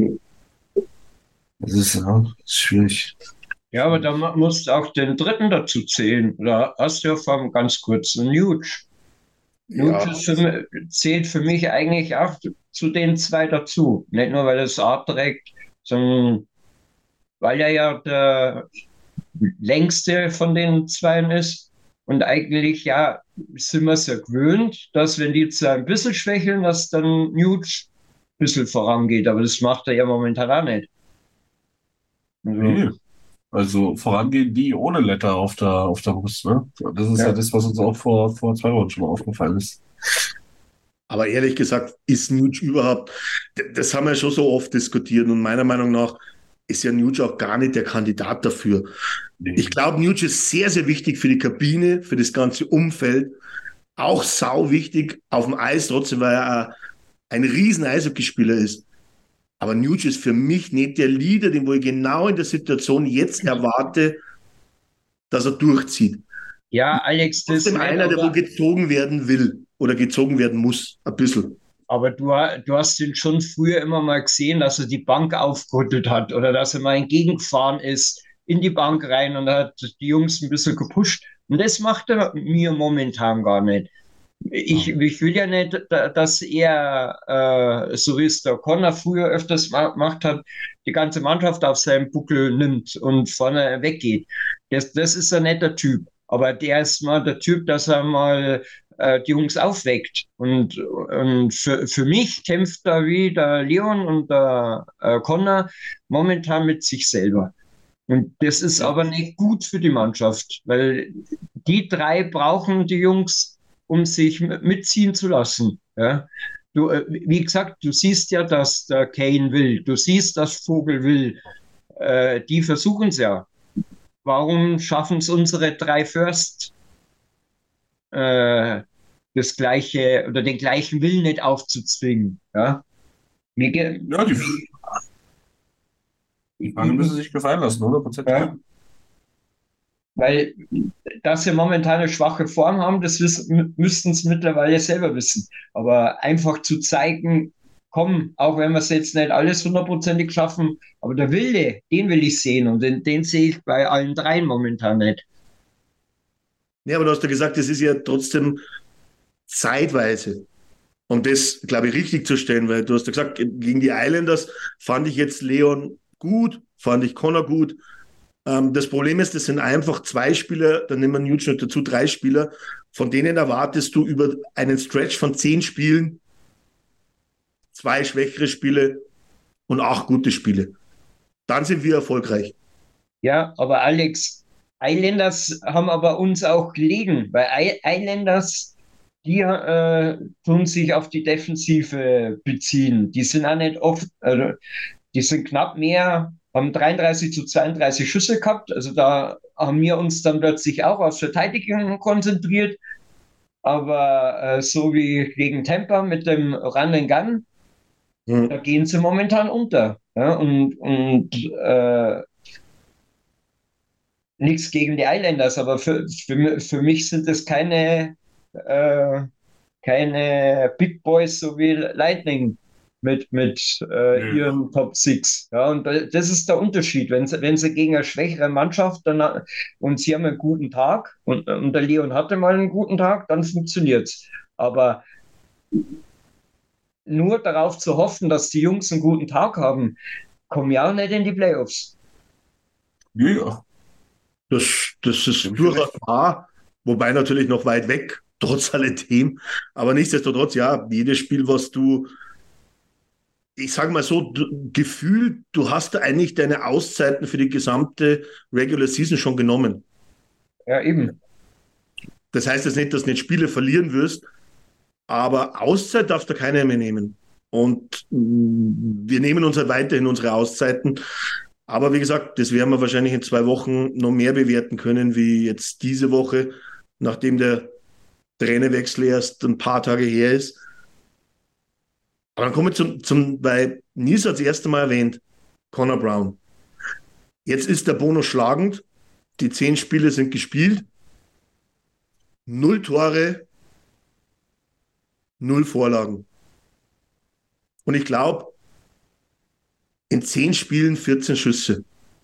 Das ist ja schwierig. Ja, aber da mu- musst du auch den dritten dazu zählen. Da hast du ja vom ganz kurzen Nuge. Nuge Ja, ist für mi- zählt für mich eigentlich auch zu den zwei dazu. Nicht nur, weil er das A trägt, sondern weil er ja der längste von den Zweien ist. Und eigentlich, ja, sind wir es ja gewöhnt, dass wenn die zwei ein bisschen schwächeln, dass dann Nuge ein bisschen vorangeht. Aber das macht er ja momentan auch nicht. Also, Nee. Also vorangehen die ohne Letter auf der, auf der Brust. Ne? Das ist ja. ja das, was uns auch vor, vor zwei Wochen schon mal aufgefallen ist. Aber ehrlich gesagt, ist Nuge überhaupt, das haben wir schon so oft diskutiert und meiner Meinung nach ist ja Nuge auch gar nicht der Kandidat dafür. Nee. Ich glaube, Nuge ist sehr, sehr wichtig für die Kabine, für das ganze Umfeld. Auch sau wichtig auf dem Eis, trotzdem, weil er ein riesen Eishockeyspieler ist. Aber Nuge ist für mich nicht der Leader, den wo ich genau in der Situation jetzt erwarte, dass er durchzieht. Ja, Alex, das ist einer, der wo gezogen werden will oder gezogen werden muss, ein bisschen. Aber du, du hast ihn schon früher immer mal gesehen, dass er die Bank aufgerüttelt hat oder dass er mal entgegengefahren ist in die Bank rein und hat die Jungs ein bisschen gepusht. Und das macht er mir momentan gar nicht. Ich, ich will ja nicht, dass er, äh, so wie es der Connor früher öfters gemacht hat, die ganze Mannschaft auf seinen Buckel nimmt und vorne weggeht. Das, das ist ein netter Typ. Aber der ist mal der Typ, dass er mal äh, die Jungs aufweckt. Und, und für, für mich kämpft da wie der Leon und der äh, Connor momentan mit sich selber. Und das ist aber nicht gut für die Mannschaft, weil die drei brauchen die Jungs, um sich mitziehen zu lassen. Ja? Du, wie gesagt, du siehst ja, dass der Kane will, du siehst, dass Vogel will. Äh, die versuchen es ja. Warum schaffen es unsere drei First, äh, das gleiche oder den gleichen Willen nicht aufzuzwingen? Ja, Mir ge- ja die, die Frage müssen sich gefallen lassen, hundert Prozent. Ja. Weil, dass sie momentan eine schwache Form haben, das wissen, müssten sie mittlerweile selber wissen. Aber einfach zu zeigen, komm, auch wenn wir es jetzt nicht alles hundertprozentig schaffen, aber der Wille, den will ich sehen und den, den sehe ich bei allen dreien momentan nicht. Ja, aber du hast ja gesagt, das ist ja trotzdem zeitweise. Und das, glaube ich, richtig zu stellen, weil du hast ja gesagt, gegen die Islanders fand ich jetzt Leon gut, fand ich Connor gut. Ähm, das Problem ist, das sind einfach zwei Spieler, dann nehmen wir Nuge noch dazu, drei Spieler, von denen erwartest du über einen Stretch von zehn Spielen zwei schwächere Spiele und acht gute Spiele. Dann sind wir erfolgreich. Ja, aber Alex, Islanders haben aber uns auch gelegen, weil Islanders, die äh, tun sich auf die Defensive beziehen. Die sind auch nicht oft, äh, die sind knapp mehr, haben dreiunddreißig zu zweiunddreißig Schüsse gehabt. Also da haben wir uns dann plötzlich auch auf Verteidigung konzentriert. Aber äh, so wie gegen Tampa mit dem Run and Gun, mhm. da gehen sie momentan unter. Ja? Und, und äh, nichts gegen die Islanders, aber für, für, für mich sind das keine, äh, keine Big Boys so wie Lightning mit, mit äh, mhm. ihren Top sechs. Ja, und das ist der Unterschied. Wenn sie, wenn sie gegen eine schwächere Mannschaft dann, und sie haben einen guten Tag und, und der Leon hatte mal einen guten Tag, dann funktioniert es. Aber nur darauf zu hoffen, dass die Jungs einen guten Tag haben, kommen ja auch nicht in die Playoffs. Ja, das, das ist durchaus wahr, wobei natürlich noch weit weg, trotz alledem. Aber nichtsdestotrotz, ja, jedes Spiel, was du, ich sage mal so, du, gefühlt, du hast da eigentlich deine Auszeiten für die gesamte Regular Season schon genommen. Ja, eben. Das heißt jetzt nicht, dass du nicht Spiele verlieren wirst, aber Auszeit darfst du keiner mehr nehmen. Und wir nehmen uns halt weiterhin unsere Auszeiten. Aber wie gesagt, das werden wir wahrscheinlich in zwei Wochen noch mehr bewerten können, wie jetzt diese Woche, nachdem der Trainerwechsel erst ein paar Tage her ist. Aber dann kommen wir zum, zum bei Nils hat das erste Mal erwähnt, Connor Brown. Jetzt ist der Bonus schlagend. Die zehn Spiele sind gespielt. Null Tore, null Vorlagen. Und ich glaube, in zehn Spielen vierzehn Schüsse.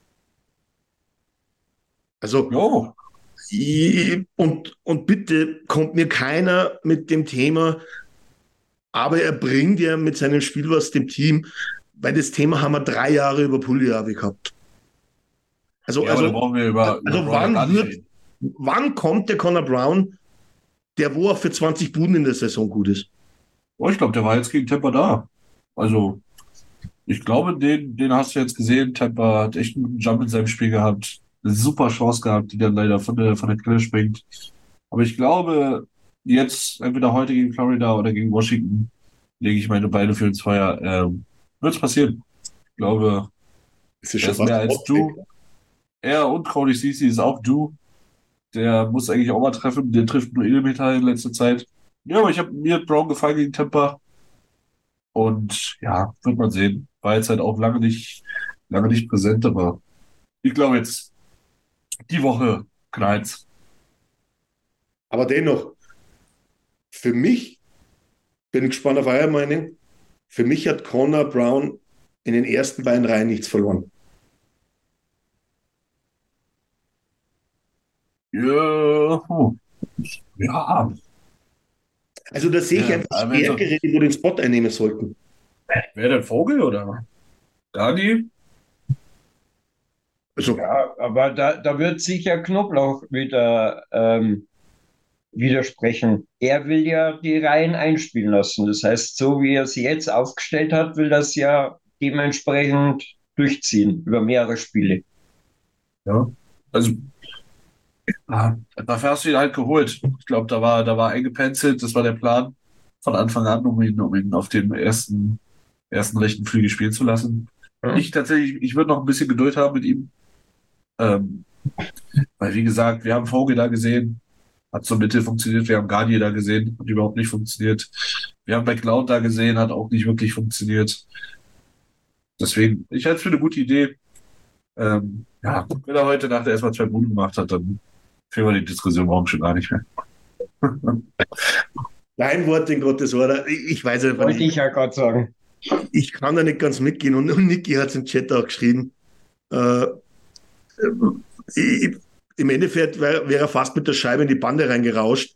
Also, oh. ich, und, und bitte kommt mir keiner mit dem Thema, aber er bringt ja mit seinem Spiel was dem Team, weil das Thema haben wir drei Jahre über Puljujarvi gehabt. Also, ja, also, wir über, also über wann, wird, wann kommt der Connor Brown, der wo auch für zwanzig Buden in der Saison gut ist? Oh, ich glaube, der war jetzt gegen Tampa da. Also Ich glaube, den, den hast du jetzt gesehen. Tampa hat echt einen guten Jump in seinem Spiel gehabt. Eine super Chance gehabt, die dann leider von der, von der Quelle springt. Aber ich glaube, jetzt, entweder heute gegen Florida oder gegen Washington, lege ich meine Beine für ins Feuer. Ähm, wird es passieren. Ich glaube, Das ist er schon ist mehr fast als du. Er und Cody Ceci ist auch du. Der muss eigentlich auch mal treffen. Der trifft nur Edelmetall in letzter Zeit. Ja, aber ich habe mir hat Brown gefallen gegen Tampa. Und ja, wird man sehen. War jetzt halt auch lange nicht, lange nicht präsent, aber ich glaube jetzt, die Woche knallt's. Aber dennoch, für mich, bin gespannt auf eure Meinung, für mich hat Connor Brown in den ersten beiden Reihen nichts verloren. Ja, oh. Ja, Also da sehe ich ja, einfach aber wenn so, Stärkere, die wo den Spot einnehmen sollten. wer denn Vogel oder Dani? Also, Ja, aber da, da wird sicher Knoblauch wieder ähm, widersprechen. Er will ja die Reihen einspielen lassen. Das heißt, so wie er sie jetzt aufgestellt hat, will das ja dementsprechend durchziehen über mehrere Spiele. Ja. Also, ah, dafür hast du ihn halt geholt. Ich glaube, da war, da war eingepenzelt, das war der Plan von Anfang an, um ihn, um ihn auf dem ersten, ersten rechten Flügel spielen zu lassen. Hm? Ich tatsächlich, ich würde noch ein bisschen Geduld haben mit ihm. Ähm, weil, wie gesagt, wir haben Vogel da gesehen, hat zur Mitte funktioniert. Wir haben Garnier da gesehen, hat überhaupt nicht funktioniert. Wir haben McLeod da gesehen, hat auch nicht wirklich funktioniert. Deswegen, ich halte es für eine gute Idee. Ähm, ja, wenn er heute Nacht erstmal zwei Buden gemacht hat, dann führen wir die Diskussion morgen schon gar nicht mehr. Dein Wort in Gottes Ohr. Ich, ich weiß einfach Wollte nicht. ich ja gerade sagen. Ich kann da nicht ganz mitgehen. Und, und Niki hat es im Chat auch geschrieben. Äh, ich, Im Endeffekt wäre wär er fast mit der Scheibe in die Bande reingerauscht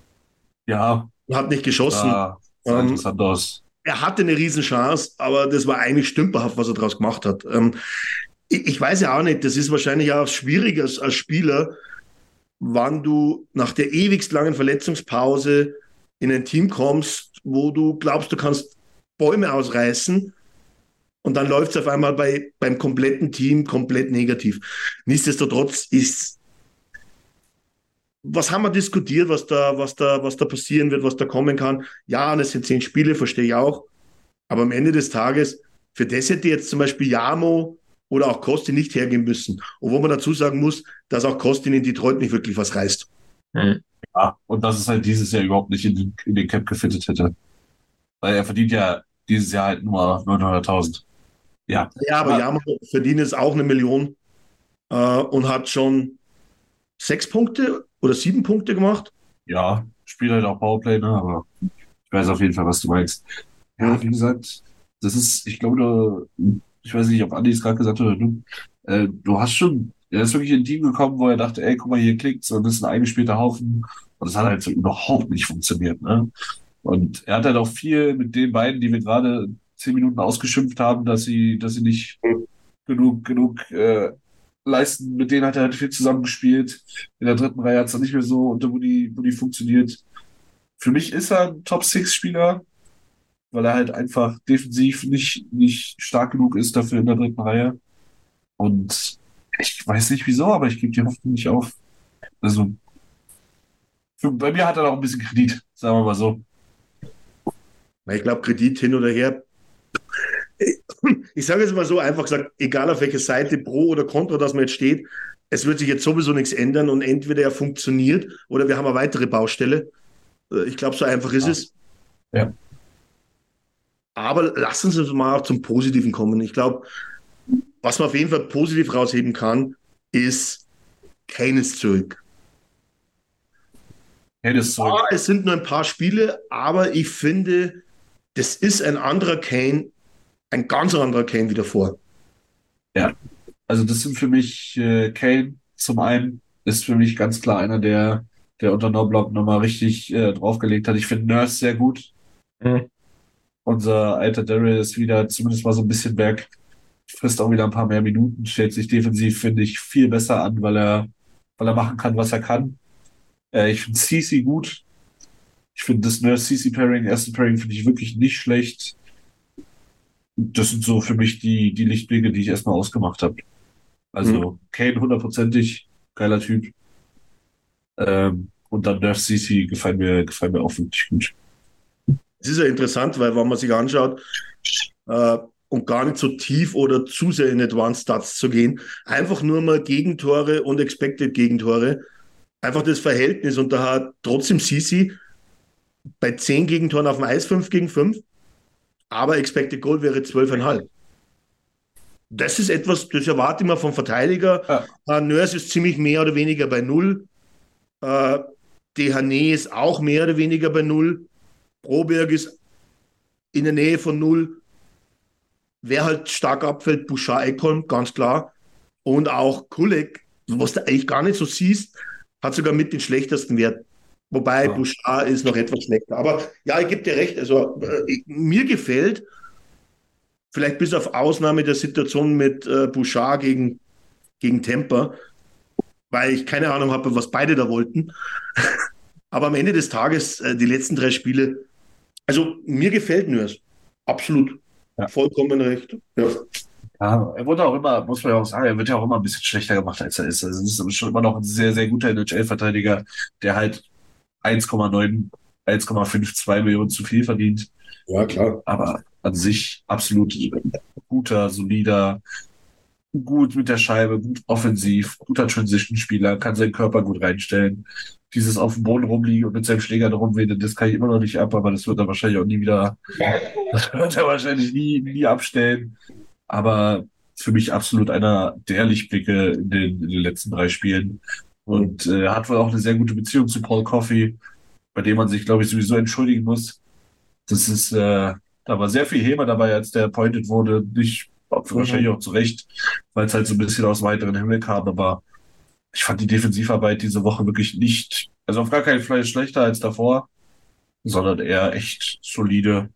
Ja, und hat nicht geschossen. sah, sah Ähm, interessant aus. er hatte eine Riesenchance, aber das war eigentlich stümperhaft, was er daraus gemacht hat. Ähm, ich, ich weiß ja auch nicht, das ist wahrscheinlich auch schwierig als, als Spieler, wann du nach der ewigst langen Verletzungspause in ein Team kommst, wo du glaubst, du kannst Bäume ausreißen und dann läuft es auf einmal bei, beim kompletten Team komplett negativ. Nichtsdestotrotz ist, was haben wir diskutiert, was da, was da, was da passieren wird, was da kommen kann? Ja, und es sind zehn Spiele, verstehe ich auch. Aber am Ende des Tages, für das hätte jetzt zum Beispiel Jamo oder auch Kostin nicht hergehen müssen. Obwohl man dazu sagen muss, dass auch Kostin in Detroit nicht wirklich was reißt. Hm. Ja, und dass es halt dieses Jahr überhaupt nicht in den, in den Cap gefittet hätte. Weil er verdient ja dieses Jahr halt nur neunhunderttausend. Ja, Ja, aber Jamo verdient jetzt auch eine Million äh, und hat schon sechs Punkte oder sieben Punkte gemacht. ja, spielt halt auch Powerplay, ne? Aber ich weiß auf jeden Fall, was du meinst. Ja, wie gesagt, das ist, ich glaube, du, ich weiß nicht, ob Andi es gerade gesagt hat oder du, äh, du hast schon, er ist wirklich in ein Team gekommen, wo er dachte, ey, guck mal, hier klickt's und das ist ein eingespielter Haufen. Und das hat halt so überhaupt nicht funktioniert, ne? Und er hat halt auch viel mit den beiden, die wir gerade zehn Minuten ausgeschimpft haben, dass sie, dass sie nicht genug, genug äh, leisten. Mit denen hat er halt viel zusammengespielt. In der dritten Reihe hat es dann nicht mehr so unter Woody, Woody funktioniert. Für mich ist er ein Top-Six-Spieler, weil er halt einfach defensiv nicht, nicht stark genug ist dafür in der dritten Reihe. Und ich weiß nicht wieso, aber ich gebe die Hoffnung nicht auf. Also, für, bei mir hat er noch ein bisschen Kredit, sagen wir mal so. Ich glaube, Kredit hin oder her. Ich sage es mal so einfach gesagt, egal auf welcher Seite, pro oder contra, dass man jetzt steht, es wird sich jetzt sowieso nichts ändern und entweder er funktioniert oder wir haben eine weitere Baustelle. Ich glaube, so einfach ist Ja. es. Ja. Aber lass uns jetzt mal auch zum Positiven kommen. Ich glaube, was man auf jeden Fall positiv rausheben kann, ist, Kane ist zurück. Hey, das ist zurück. Ja, es sind nur ein paar Spiele, aber ich finde, das ist ein anderer Kane, ein ganz anderer Kane wie davor. Ja, also das sind für mich äh, Kane zum einen ist für mich ganz klar einer, der, der unter Knoblauch nochmal richtig äh, draufgelegt hat. Ich finde Nurse sehr gut. Mhm. Unser alter Daryl ist wieder zumindest mal so ein bisschen back. Frisst auch wieder ein paar mehr Minuten, stellt sich defensiv, finde ich, viel besser an, weil er, weil er machen kann, was er kann. Äh, ich finde Ceci gut. Ich finde das Nurse-Ceci-Pairing, erste Pairing finde ich wirklich nicht schlecht. das sind so für mich die, die Lichtblicke, die ich erstmal ausgemacht habe. Also mhm. Kane hundertprozentig, geiler Typ. Ähm, und dann Nerf C C gefällt mir, gefällt mir auch wirklich gut. Es ist ja interessant, weil wenn man sich anschaut, äh, und gar nicht so tief oder zu sehr in Advanced Stats zu gehen, einfach nur mal Gegentore und Expected Gegentore, einfach das Verhältnis, und da hat trotzdem C C bei zehn Gegentoren auf dem Eis fünf gegen fünf, aber Expected Goal wäre zwölf Komma fünf. Das ist etwas, das erwarte ich mir vom Verteidiger. Ja. Uh, Nurse ist ziemlich mehr oder weniger bei null. Uh, Dehaene ist auch mehr oder weniger bei null. Broberg ist in der Nähe von null. Wer halt stark abfällt, Bouchard, Ekholm, ganz klar. Und auch Kulek, was du eigentlich gar nicht so siehst, hat sogar mit den schlechtesten Wert. Wobei ja. Bouchard ist noch etwas schlechter. Aber ja, ich gebe dir recht. Also äh, mir gefällt, vielleicht bis auf Ausnahme der Situation mit äh, Bouchard gegen, gegen Tampa, weil ich keine Ahnung habe, was beide da wollten. Aber am Ende des Tages, äh, die letzten drei Spiele, also mir gefällt nur es. Absolut. Ja. Vollkommen recht. Ja. Ja, er wurde auch immer, muss man ja auch sagen, er wird ja auch immer ein bisschen schlechter gemacht, als er ist. Also es ist schon immer noch ein sehr, sehr guter N H L-Verteidiger, der halt eins Komma neun, eins Komma zweiundfünfzig Millionen zu viel verdient. Ja, klar. Aber an sich absolut guter, solider, gut mit der Scheibe, gut offensiv, guter Transition-Spieler, kann seinen Körper gut reinstellen. Dieses auf dem Boden rumliegen und mit seinem Schläger rumwedeln, das kann ich immer noch nicht ab, aber das wird er wahrscheinlich auch nie wieder, das wird er wahrscheinlich nie, nie abstellen. Aber für mich absolut einer der Lichtblicke in den, in den letzten drei Spielen. Und äh, hat wohl auch eine sehr gute Beziehung zu Paul Coffey, bei dem man sich, glaube ich, sowieso entschuldigen muss. Das ist, äh, da war sehr viel Häme dabei, als der appointed wurde. Nicht, wahrscheinlich auch zu Recht, weil es halt so ein bisschen aus weiteren Himmel kam, aber ich fand die Defensivarbeit diese Woche wirklich nicht, also auf gar keinen Fall schlechter als davor, sondern eher echt solide.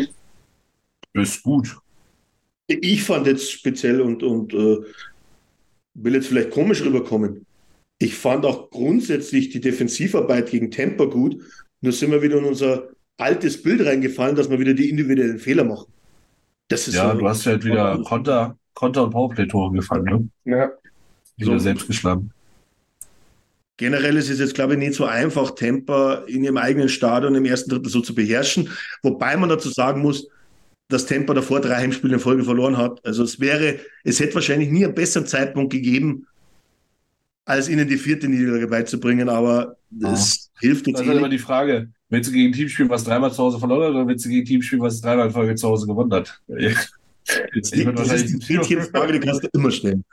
Ist gut. Ich fand jetzt speziell und, und äh, will jetzt vielleicht komisch rüberkommen. Ich fand auch grundsätzlich die Defensivarbeit gegen Tampa gut. Nur sind wir wieder in unser altes Bild reingefallen, dass wir wieder die individuellen Fehler machen. Das ist ja, so, du hast ja halt wieder Konter, Konter und Powerplay-Tore gefallen, ne? Ja. Wieder so selbst geschlagen. Generell ist es jetzt, glaube ich, nicht so einfach, Tampa in ihrem eigenen Stadion im ersten Drittel so zu beherrschen. Wobei man dazu sagen muss, dass Tampa davor drei Heimspiele in Folge verloren hat. Also es wäre, es hätte wahrscheinlich nie einen besseren Zeitpunkt gegeben, als ihnen die vierte Niederlage beizubringen, aber das oh. hilft jetzt nicht. Das ist aber die Frage, willst du gegen ein Team spielen, was dreimal zu Hause verloren hat, oder willst du gegen ein Team spielen, was dreimal in Folge zu Hause gewonnen hat? Das, die, das ist die Frage, die kannst du immer stellen.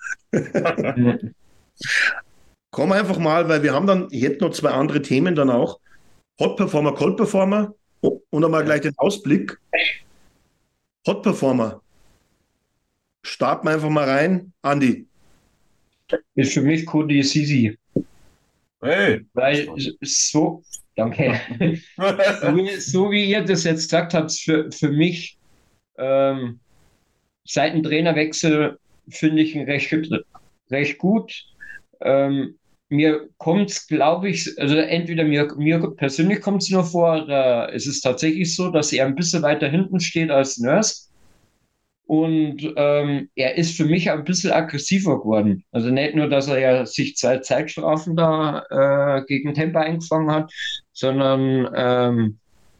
Komm einfach mal, weil wir haben dann, ich hätte noch zwei andere Themen dann auch. Hot Performer, Cold Performer und einmal gleich den Ausblick. Hot Performer. Starten wir einfach mal rein. Andi. Ist für mich Cody Ceci. Hey. Weil so, danke. so, wie, so wie ihr das jetzt gesagt habt, für, für mich ähm, seit dem Trainerwechsel finde ich ihn recht, recht gut. Ähm, mir kommt es, glaube ich, also entweder mir, mir persönlich kommt es nur vor, oder es ist tatsächlich so, dass er ein bisschen weiter hinten steht als Nurse. Und ähm, er ist für mich ein bisschen aggressiver geworden. Also nicht nur, dass er ja sich zwei Zeitstrafen da äh, gegen Tampa eingefangen hat, sondern ähm,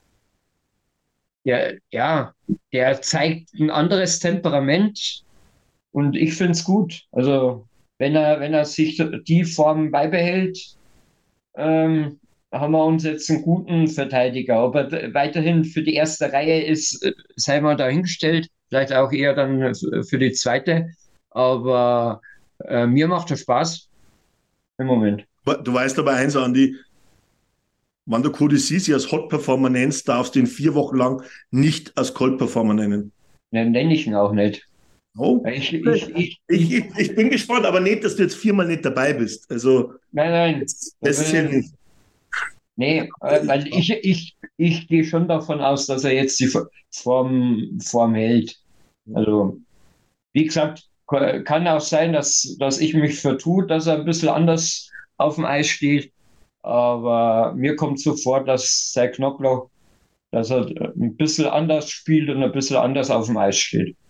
ja, ja, der zeigt ein anderes Temperament und ich finde es gut. Also wenn er, wenn er sich die Form beibehält, ähm, haben wir uns jetzt einen guten Verteidiger. Ob er weiterhin für die erste Reihe ist, sei mal dahingestellt. Vielleicht auch eher dann für die zweite. Aber äh, mir macht das Spaß im Moment. Du weißt aber eins, Andi, wenn du Cody Ceci als Hot Performer nennst, darfst du ihn vier Wochen lang nicht als Cold Performer nennen. Dann nenne ich ihn auch nicht. Oh, ich, ich, ich, ich, ich bin gespannt, aber nicht, dass du jetzt viermal nicht dabei bist. Also, nein, nein. Das, das ist ja nicht. Nee, weil ich, ich, ich gehe schon davon aus, dass er jetzt die Form, Form hält. Also, wie gesagt, kann auch sein, dass, dass ich mich vertue, dass er ein bisschen anders auf dem Eis steht. Aber mir kommt so vor, dass sein Knoblauch, dass er ein bisschen anders spielt und ein bisschen anders auf dem Eis steht.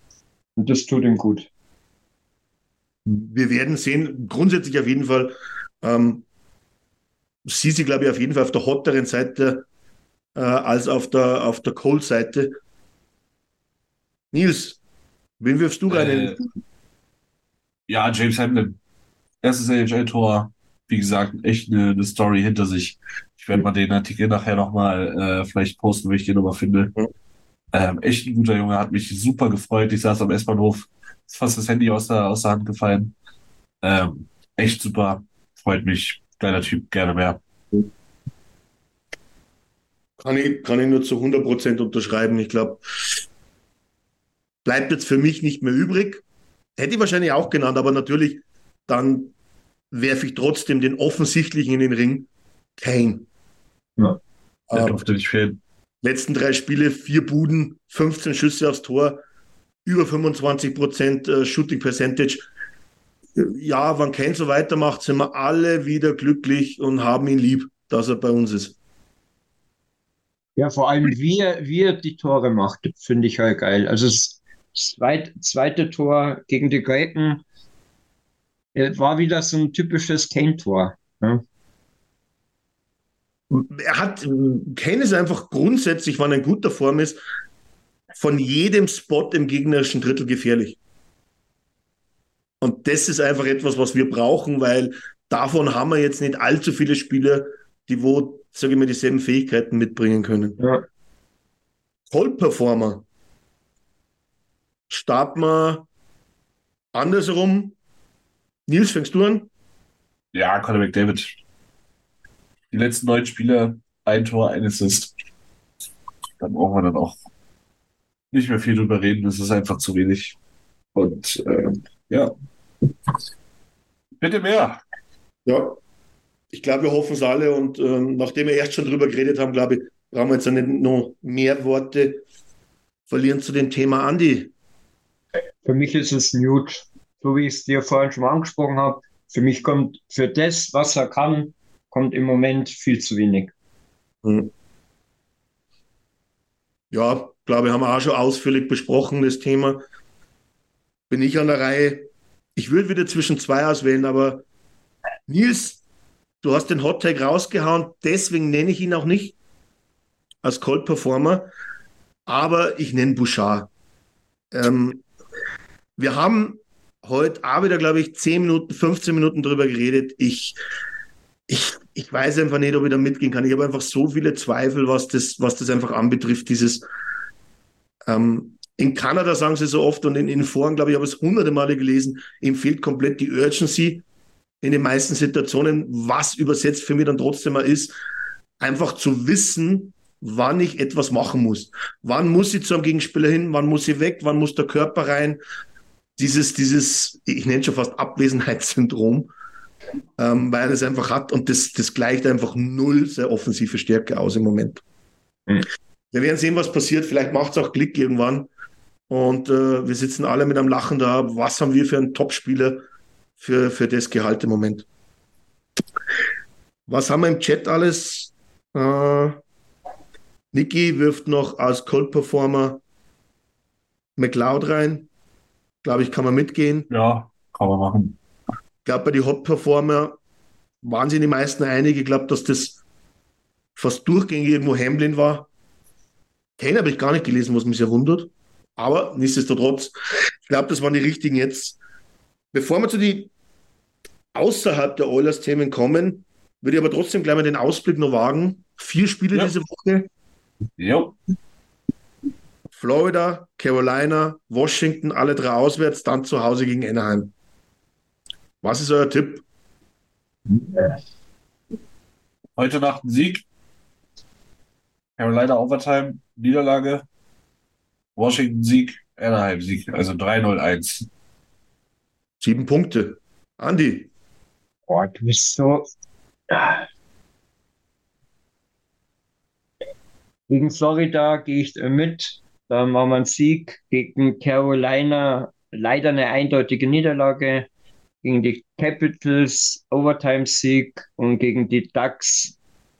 Und das tut ihm gut. Wir werden sehen, grundsätzlich auf jeden Fall, ähm, sie sie, glaube ich, auf jeden Fall auf der hotteren Seite äh, als auf der, auf der Cold-Seite. Nils, wen wirfst du rein? Äh, ja, James Hamlin. Erstes N H L-Tor. Wie gesagt, echt eine, eine Story hinter sich. Ich werde mal den Artikel nachher nochmal äh, vielleicht posten, wenn ich den nochmal finde. Mhm. Ähm, echt ein guter Junge, hat mich super gefreut. Ich saß am S-Bahnhof, ist fast das Handy aus der, aus der Hand gefallen. Ähm, echt super, freut mich. Geiler Typ, gerne mehr. Kann ich, kann ich nur zu hundert Prozent unterschreiben. Ich glaube, bleibt jetzt für mich nicht mehr übrig. Hätte ich wahrscheinlich auch genannt, aber natürlich, dann werfe ich trotzdem den offensichtlichen in den Ring. Kane. Ja. Der Ähm, durfte nicht fehlen. letzten drei Spiele, vier Buden, fünfzehn Schüsse aufs Tor, über fünfundzwanzig Prozent äh, Shooting Percentage. Äh, Ja, wenn Kane so weitermacht, sind wir alle wieder glücklich und haben ihn lieb, dass er bei uns ist. Ja, vor allem wie er, wie er die Tore macht, finde ich halt geil. Also das zweit, zweite Tor gegen die Kraken äh, war wieder so ein typisches Kane-Tor. Ja. Er hat, Kane ist einfach grundsätzlich, wenn er in guter Form ist, von jedem Spot im gegnerischen Drittel gefährlich. Und das ist einfach etwas, was wir brauchen, weil davon haben wir jetzt nicht allzu viele Spieler, die wo, sage ich mal, dieselben Fähigkeiten mitbringen können. Ja. Vollperformer. Starten wir andersherum. Nils, fängst du an? Ja, Conor McDavid. Die letzten neun Spiele, ein Tor, ein Assist. Da brauchen wir dann auch nicht mehr viel drüber reden. Das ist einfach zu wenig. Und äh, ja. Bitte mehr. Ja. Ich glaube, wir hoffen es alle. Und ähm, nachdem wir erst schon drüber geredet haben, glaube ich, brauchen wir jetzt nicht noch mehr Worte verlieren zu dem Thema. Andi. Für mich ist es Newt, so wie ich es dir vorhin schon mal angesprochen habe. Für mich kommt für das, was er kann, kommt im Moment viel zu wenig. Hm. Ja, glaube ich, haben wir auch schon ausführlich besprochen, das Thema. Bin ich an der Reihe. Ich würde wieder zwischen zwei auswählen, aber Nils, du hast den Hot Take rausgehauen, deswegen nenne ich ihn auch nicht als Cold Performer, aber ich nenne Bouchard. Ähm, wir haben heute auch wieder, glaube ich, zehn Minuten, fünfzehn Minuten drüber geredet. Ich, ich, ich weiß einfach nicht, ob ich da mitgehen kann. Ich habe einfach so viele Zweifel, was das, was das einfach anbetrifft. Dieses ähm, in Kanada sagen sie so oft und in, in Foren, glaube ich, habe ich es hunderte Male gelesen, ihm fehlt komplett die Urgency in den meisten Situationen, was übersetzt für mich dann trotzdem mal ist, einfach zu wissen, wann ich etwas machen muss. Wann muss ich zu einem Gegenspieler hin, wann muss ich weg, wann muss der Körper rein. Dieses, dieses, ich nenne es schon fast Abwesenheitssyndrom, ähm, weil er das einfach hat und das, das gleicht einfach null sehr offensive Stärke aus im Moment. Mhm. Wir werden sehen, was passiert. Vielleicht macht es auch Klick irgendwann und äh, wir sitzen alle mit einem Lachen da. Was haben wir für einen Topspieler für, für das Gehalt im Moment? Was haben wir im Chat alles? Äh, Niki wirft noch als Cold Performer McLeod rein. Glaube ich, kann man mitgehen. Ja, kann man machen. Ich glaube, bei den Hot Performer waren sich die meisten einig. Ich glaube, dass das fast durchgängig irgendwo Hamlin war. Kane habe ich gar nicht gelesen, was mich sehr wundert. Aber nichtsdestotrotz, ich glaube, das waren die richtigen jetzt. Bevor wir zu den außerhalb der Oilers-Themen kommen, würde ich aber trotzdem gleich mal den Ausblick noch wagen. Vier Spiele ja. diese Woche. Jo. Florida, Carolina, Washington, alle drei auswärts, dann zu Hause gegen Anaheim. Was ist euer Tipp? Heute Nacht ein Sieg. Carolina Overtime, Niederlage. Washington Sieg, Anaheim Sieg. Also drei null eins. Sieben Punkte. Andi. Boah, du bist so... Gegen Florida gehe ich mit. Da machen wir einen Sieg. Gegen Carolina leider eine eindeutige Niederlage. Gegen die Capitals Overtime-Sieg und gegen die Ducks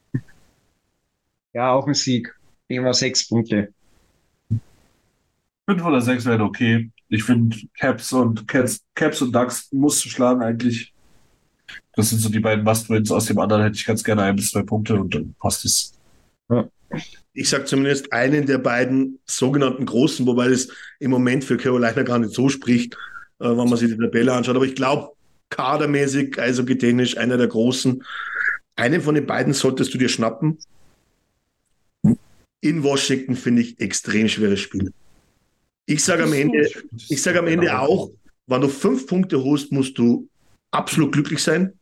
ja auch ein Sieg. Gegen wir sechs Punkte. Fünf oder sechs wären okay. Ich finde, Caps und Cats, Caps und Ducks musst du schlagen eigentlich. Das sind so die beiden Must-Wins. Aus dem anderen hätte ich ganz gerne ein bis zwei Punkte und dann passt es. Ja. Ich sage zumindest einen der beiden sogenannten Großen, wobei das im Moment für Carolina gar nicht so spricht, äh, wenn man sich die Tabelle anschaut. Aber ich glaube, kadermäßig, also technisch einer der Großen. Einen von den beiden solltest du dir schnappen. In Washington finde ich extrem schweres Spiel. Ich sage am Ende, ich sage am Ende auch, wenn du fünf Punkte holst, musst du absolut glücklich sein.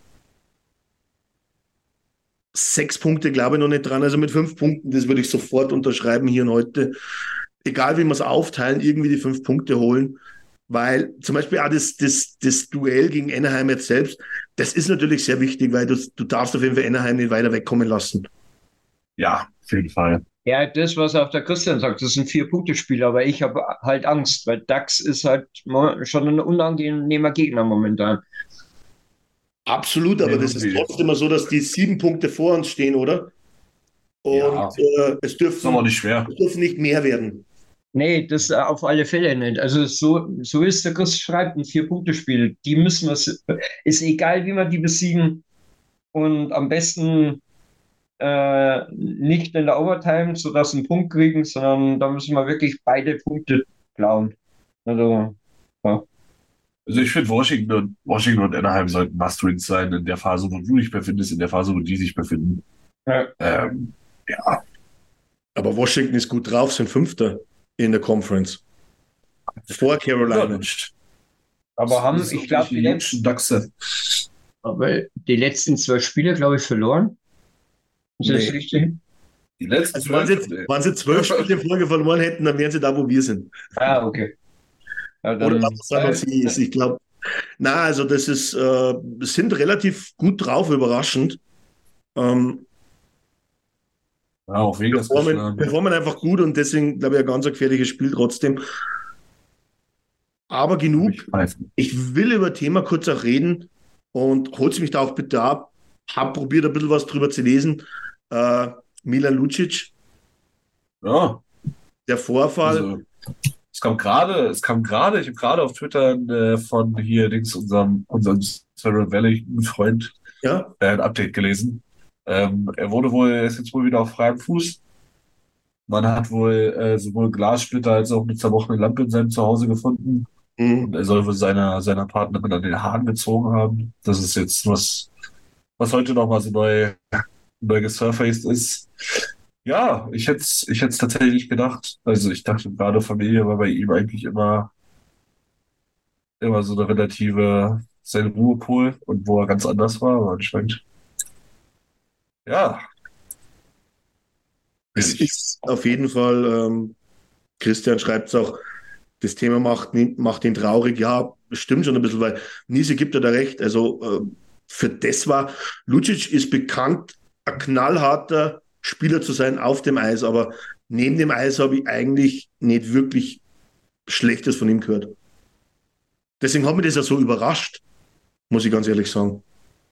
Sechs Punkte glaube ich noch nicht dran. Also mit fünf Punkten, das würde ich sofort unterschreiben hier und heute. Egal wie wir es aufteilen, irgendwie die fünf Punkte holen. Weil zum Beispiel auch das, das, das Duell gegen Anaheim jetzt selbst, das ist natürlich sehr wichtig, weil du, du darfst auf jeden Fall Anaheim nicht weiter wegkommen lassen. Ja, auf jeden Fall. Ja, das, was auch der Christian sagt, das ist ein Vier-Punkte-Spiel, aber ich habe halt Angst, weil Ducks ist halt schon ein unangenehmer Gegner momentan. Absolut, aber Ja, das ist irgendwie. trotzdem immer so, dass die sieben Punkte vor uns stehen, oder? Und Ja. äh, es, Ist aber dürfen, nicht schwer. es dürfen nicht mehr werden. Nee, das äh, auf alle Fälle nicht. Also so, so ist der Chris schreibt, ein Vier-Punkte-Spiel. Die müssen wir, s- ist egal, wie wir die besiegen. Und am besten äh, nicht in der Overtime, sodass sie einen Punkt kriegen, sondern da müssen wir wirklich beide Punkte klauen. Also, ja. Also ich finde, Washington und, Washington und Anaheim sollten Must-Wins sein in der Phase, wo du dich befindest, in der Phase, wo die sich befinden. Ja. Ähm, ja, Aber Washington ist gut drauf, sind Fünfter in der Conference. Vor Carolina. Aber haben, Das ist ich glaube, die, irgendwelche letzten- jüngsten Dachse. aber die letzten zwölf Spiele, glaube ich, verloren. Ist das Nee. richtig? Die letzten Also wenn sie, jetzt, zwölf, wenn sie zwölf Spiele in Folge verloren hätten, dann wären sie da, wo wir sind. Ah, okay. Ja, Oder dann, was sagen sie ist. Ich glaube, na, also das ist, äh, sind relativ gut drauf, überraschend. Ähm, ja, auch Vegas performen, geschlagen. performen einfach gut und deswegen, glaube ich, ein ganz gefährliches Spiel trotzdem. Aber genug. Pfeifen. Ich will über Thema kurz auch reden und holt mich da auch bitte ab. Hab probiert, ein bisschen was drüber zu lesen. Äh, Milan Lucic, Ja, der Vorfall. also es kam gerade, es kam gerade, ich habe gerade auf Twitter äh, von hier Dings, unserem, unserem Sarah Valley Freund, Ja, äh, ein Update gelesen. Ähm, er wurde wohl, er ist jetzt wohl wieder auf freiem Fuß. Man hat wohl äh, sowohl Glassplitter als auch eine zerbrochene Lampe in seinem Zuhause gefunden. mhm. Und er soll wohl seiner, seiner Partnerin an den Haaren gezogen haben. Das ist jetzt was, was heute nochmal so neu, neu gesurfaced ist. Ja, ich hätte es ich hätt's tatsächlich nicht gedacht. Also ich dachte gerade, Familie war bei ihm eigentlich immer, immer so eine relative, sein Ruhepol und wo er ganz anders war, aber anscheinend. Ja. Es ist auf jeden Fall, ähm, Christian schreibt es auch, das Thema macht, ihn- macht ihn traurig. Ja, stimmt schon ein bisschen, weil Nisi gibt er da recht. Also äh, für das war, Lucic ist bekannt, ein knallharter Spieler zu sein auf dem Eis, aber neben dem Eis habe ich eigentlich nicht wirklich Schlechtes von ihm gehört. Deswegen hat mich das ja so überrascht, muss ich ganz ehrlich sagen.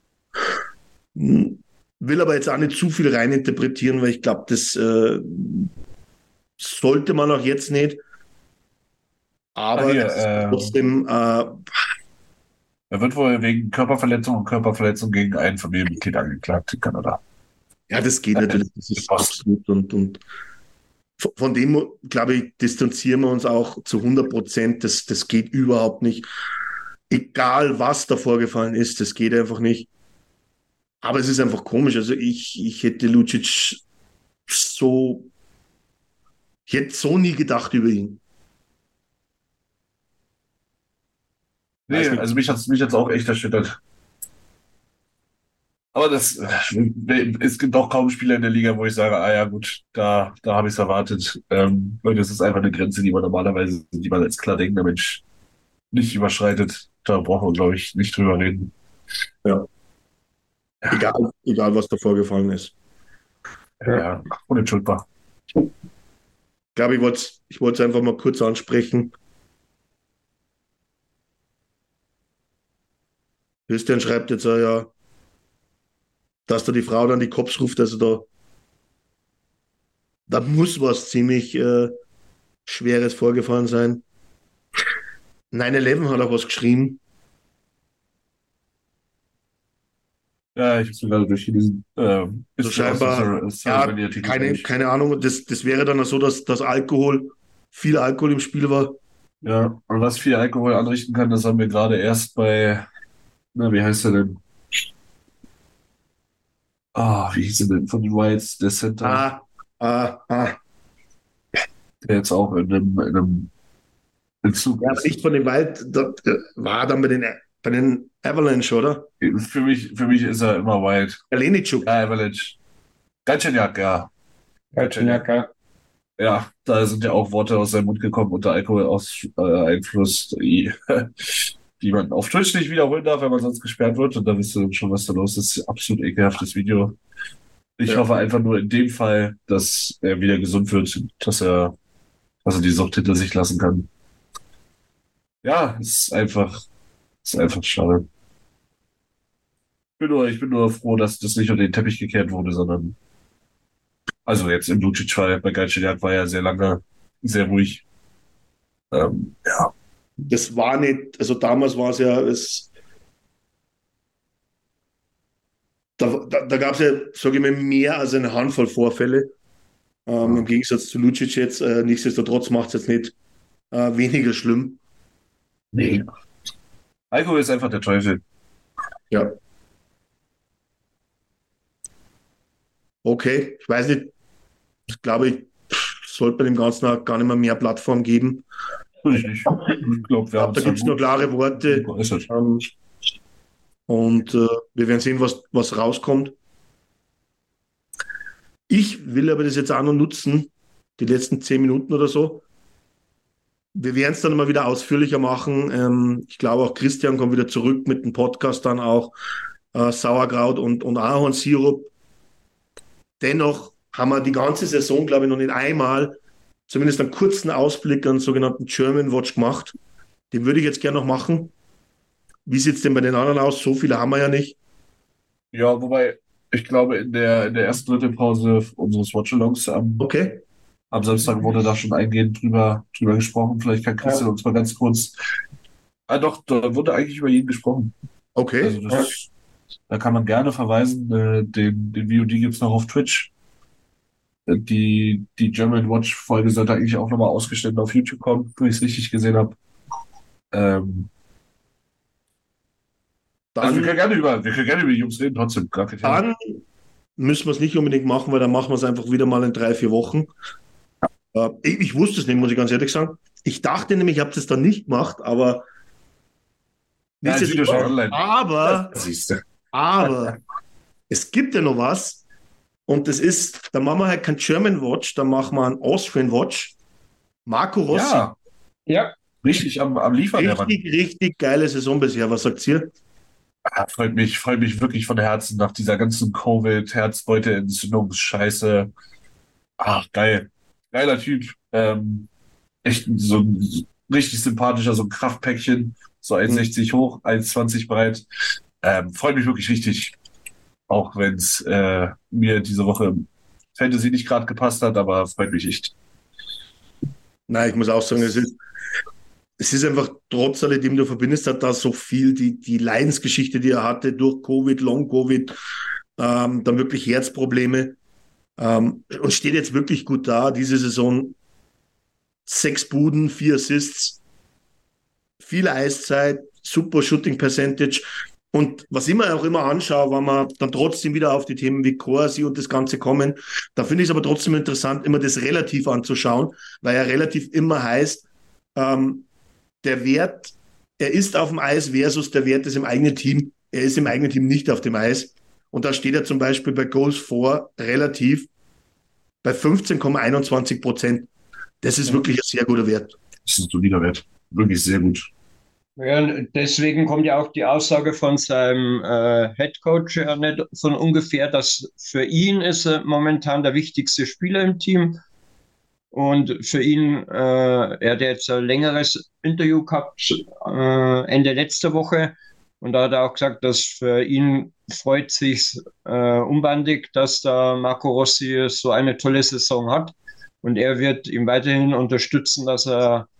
Hm, Will aber jetzt auch nicht zu viel reininterpretieren, weil ich glaube, das äh, sollte man auch jetzt nicht. Aber Ah, hier, es ist ähm, trotzdem, äh, Er wird wohl wegen Körperverletzung und Körperverletzung gegen ein Familienmitglied angeklagt in Kanada. ja, das geht natürlich, das ist absolut. Und, und von von dem, glaube ich, distanzieren wir uns auch zu hundert Prozent. Das, das geht überhaupt nicht. Egal, was da vorgefallen ist, das geht einfach nicht. Aber es ist einfach komisch. Also ich, ich hätte Lucic so, ich hätte so nie gedacht über ihn. Nee, Weiß nicht. also mich hat's mich hat's auch echt erschüttert. Aber das, äh, es gibt auch kaum Spieler in der Liga, wo ich sage, ah ja gut, da, da habe ich es erwartet. Ähm, weil das ist einfach eine Grenze, die man normalerweise, die man als klar denkender Mensch nicht überschreitet. Da brauchen wir, glaube ich, nicht drüber reden. Ja. Egal, egal, was da vorgefallen ist. Ja, unentschuldbar. Ich glaube, ich wollte es ich wollte es einfach mal kurz ansprechen. Christian schreibt jetzt auch ja, dass da die Frau dann die Cops ruft, also da, da muss was ziemlich äh, Schweres vorgefallen sein. neun elf hat er was geschrieben. Ja, ich habe es mir gerade durchgelesen. Ähm, Also ist mir aus scheinbar, dem ja, Ceremony-Artikel keine, durch. keine Ahnung. Das, das wäre dann auch so, dass das Alkohol, viel Alkohol im Spiel war. Ja, und was viel Alkohol anrichten kann, das haben wir gerade erst bei, na, wie heißt der denn? Ah, wie hieß er denn von den Whites, der Center, Ah, ah, ah. der jetzt auch in einem, in einem Entzug Ja, aber ist. nicht von dem Wald, da, da war dann bei den, bei den Avalanche, oder? Für mich, für mich ist er immer White. Kalenitschuk. Ja, Avalanche. Galchenyuk, ja. Galchenyuk, ja. Ja, da sind ja auch Worte aus seinem Mund gekommen unter Alkoholeinfluss, die, die man auf Twitch nicht wiederholen darf, wenn man sonst gesperrt wird. Und da wisst ihr dann schon, was da los ist. Absolut ekelhaftes Video. Ich Ja. hoffe einfach nur in dem Fall, dass er wieder gesund wird, dass er, dass er die Sucht hinter sich lassen kann. Ja, es ist einfach, es ist einfach schade. Ich bin nur, ich bin nur froh, dass das nicht unter den Teppich gekehrt wurde, sondern also jetzt im Lucic-Fall, bei Galchenyuk war ja sehr lange sehr ruhig. Ähm, ja, Das war nicht, also damals war es ja, es, da, da, da gab es ja, sage ich mal, mehr als eine Handvoll Vorfälle. Ähm, Im Gegensatz zu Lucic jetzt, äh, nichtsdestotrotz macht es jetzt nicht äh, weniger schlimm. nee. Alkohol ist einfach der Teufel. Ja. Okay, ich weiß nicht, ich glaube, ich sollte bei dem Ganzen auch gar nicht mehr mehr Plattform geben. Natürlich nicht. Ich glaube, Ich wir glaube, haben da es gibt es nur klare Worte. geäußert. Ähm, und äh, wir werden sehen, was, was rauskommt. Ich will aber das jetzt auch noch nutzen, die letzten zehn Minuten oder so. Wir werden es dann mal wieder ausführlicher machen. Ähm, ich glaube, auch Christian kommt wieder zurück mit dem Podcast dann auch. Äh, Sauerkraut und, und Ahornsirup. Dennoch haben wir die ganze Saison, glaube ich, noch nicht einmal zumindest einen kurzen Ausblick an den sogenannten German Watch gemacht. Den würde ich jetzt gerne noch machen. Wie sieht es denn bei den anderen aus? So viele haben wir ja nicht. Ja, wobei, ich glaube, in der, in der ersten Drittelpause unseres Watchalongs am, Okay. am Samstag wurde da schon eingehend drüber, drüber gesprochen. Vielleicht kann Christian uns mal ganz kurz. Ah, doch, da wurde eigentlich über jeden gesprochen. Okay. Also das, da kann man gerne verweisen. Äh, den, den V O D gibt es noch auf Twitch. Äh, Die, die German Watch-Folge sollte eigentlich auch nochmal ausgestellt auf YouTube kommen, wenn ich es richtig gesehen habe. Ähm, also wir Dann, können gerne über, wir können gerne über die Jungs reden, trotzdem, gar kein Thema. dann müssen wir es nicht unbedingt machen, weil dann machen wir es einfach wieder mal in drei, vier Wochen. Äh, ich, ich wusste es nicht, muss ich ganz ehrlich sagen. Ich dachte nämlich, ich habe das dann nicht gemacht, aber Ja, das Video ist schon nichtsdestotrotz- online. aber, Siehst du. aber es gibt ja noch was und das ist, da machen wir halt kein German Watch, da machen wir ein Austrian Watch. Marco Rossi, Ja, Ja, richtig am, am Liefern, der Mann. richtig, richtig geile Saison bisher. Was sagt ihr? Ah, freut mich, freut mich wirklich von Herzen nach dieser ganzen Covid-Herzbeutelentzündungsscheiße. Ach, geil. Geiler Typ. Ähm, echt so ein richtig sympathischer, so ein Kraftpäckchen. So eins Komma sechzig hoch, eins Komma zwanzig breit. Ähm, freut mich wirklich richtig. Auch wenn es äh, mir diese Woche Fantasy nicht gerade gepasst hat, aber freut mich echt. Nein, ich muss auch sagen, es ist, es ist einfach trotz alledem, du verbindest halt da so viel, die, die Leidensgeschichte, die er hatte durch Covid, Long-Covid, ähm, dann wirklich Herzprobleme ähm, und steht jetzt wirklich gut da. Diese Saison sechs Buden, vier Assists, viel Eiszeit, super Shooting Percentage. Und was ich mir auch immer anschaue, wenn man dann trotzdem wieder auf die Themen wie Corsi und das Ganze kommen, da finde ich es aber trotzdem interessant, immer das Relativ anzuschauen, weil ja relativ immer heißt, ähm, der Wert, er ist auf dem Eis versus der Wert ist im eigenen Team. Er ist im eigenen Team nicht auf dem Eis. Und da steht er zum Beispiel bei Goals for relativ bei fünfzehn Komma einundzwanzig Prozent. Das ist wirklich ein sehr guter Wert. Das ist ein solider Wert. Wirklich sehr gut. ja, deswegen kommt ja auch die Aussage von seinem äh, Headcoach ja nicht von ungefähr, dass für ihn ist er momentan der wichtigste Spieler im Team. Und für ihn, äh, er hat jetzt ein längeres Interview gehabt, äh, Ende letzter Woche. Und da hat er auch gesagt, dass für ihn freut sich äh, unbandig, dass der Marco Rossi so eine tolle Saison hat. Und er wird ihn weiterhin unterstützen, dass er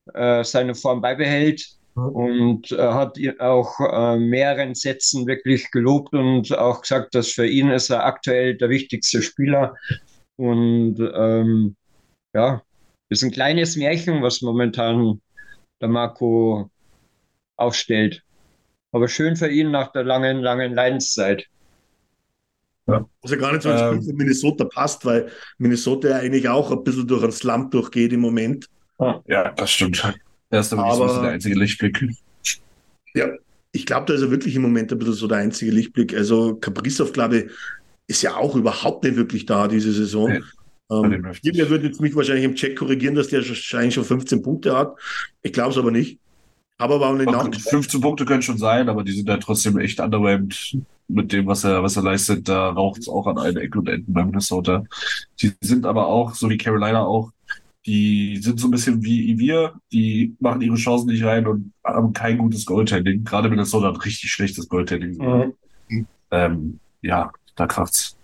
äh, seine Form beibehält. Und er hat auch äh, mehreren Sätzen wirklich gelobt und auch gesagt, dass für ihn ist er aktuell der wichtigste Spieler. Und ähm, ja, ist ein kleines Märchen, was momentan der Marco aufstellt. Aber schön für ihn nach der langen, langen Leidenszeit. Ja. Was ja gar nicht so ins Spiel Ähm, für Minnesota passt, weil Minnesota ja eigentlich auch ein bisschen durch einen Slump durchgeht im Moment. Ah, ja, das stimmt. Er ist aber nicht so ein bisschen der Aber einzige Lichtblick. ja, ich glaube, da ist er wirklich im Moment ein bisschen so der einzige Lichtblick. Also Kaprizov, glaube ich, ist ja auch überhaupt nicht wirklich da diese Saison. Nee, bei dem Ähm, läuft nicht. irgendwer würde jetzt mich wahrscheinlich im Check korrigieren, dass der wahrscheinlich schon fünfzehn Punkte hat. Ich glaube es aber nicht. Aber warum nicht nach? fünfzehn Punkte können schon sein, aber die sind ja trotzdem echt underwhelmed mit dem, was er, was er leistet. Da raucht es auch an allen Ecken und Enden bei Minnesota. Die sind aber auch, so wie Carolina auch, die sind so ein bisschen wie wir. Die machen ihre Chancen nicht rein und haben kein gutes Goaltending. Gerade Minnesota hat richtig schlechtes Goaltending. mhm. Ähm, ja, da kracht's.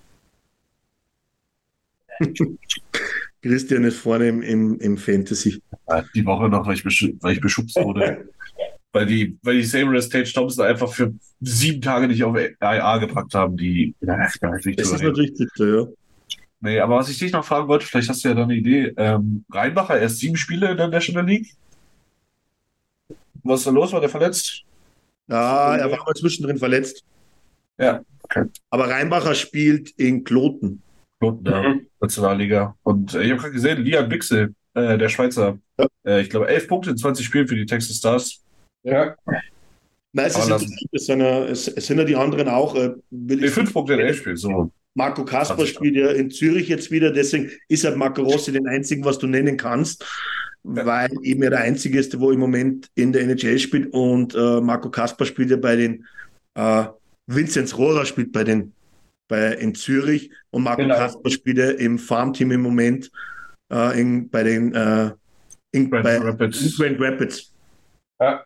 Christian ist vorne im, im, im Fantasy. Ja, die Woche noch, weil ich, besch weil ich beschubst wurde. weil die, weil die Sabres Tage Thompson einfach für sieben Tage nicht auf I R gepackt haben, die ja, gar nicht Das ist drüber reden. natürlich bitter, ja. Nee, aber was ich dich noch fragen wollte, vielleicht hast du ja da eine Idee. Ähm, Reinbacher, erst sieben Spiele in der National League. Was ist da los? War der verletzt? Ja, er war mal zwischendrin verletzt. Ja, okay. Aber Reinbacher spielt in Kloten. Gut, ja, Mhm. Nationalliga. Und äh, ich habe gerade gesehen, Lian Bichsel, äh, der Schweizer, Ja. äh, ich glaube, elf Punkte in zwanzig Spielen für die Texas Stars. Ja, Nein, es, Aber ist lassen- es, sind ja, es, es sind ja die anderen auch. Äh, will Nee, ich fünf Punkte in elf Spielen, so. Marco Kasper zwanzig. spielt ja in Zürich jetzt wieder, deswegen ist halt Marco Rossi den einzigen, was du nennen kannst, Ja. weil eben er der einzige ist, der wo im Moment in der N H L spielt und äh, Marco Kasper spielt ja bei den äh, Vinzenz Rohrer spielt bei den bei in Zürich und Marco Genau. Kasper spielt ja im Farmteam im Moment äh, in, bei den äh, in, Grand bei, Rapids. in Grand Rapids. ja.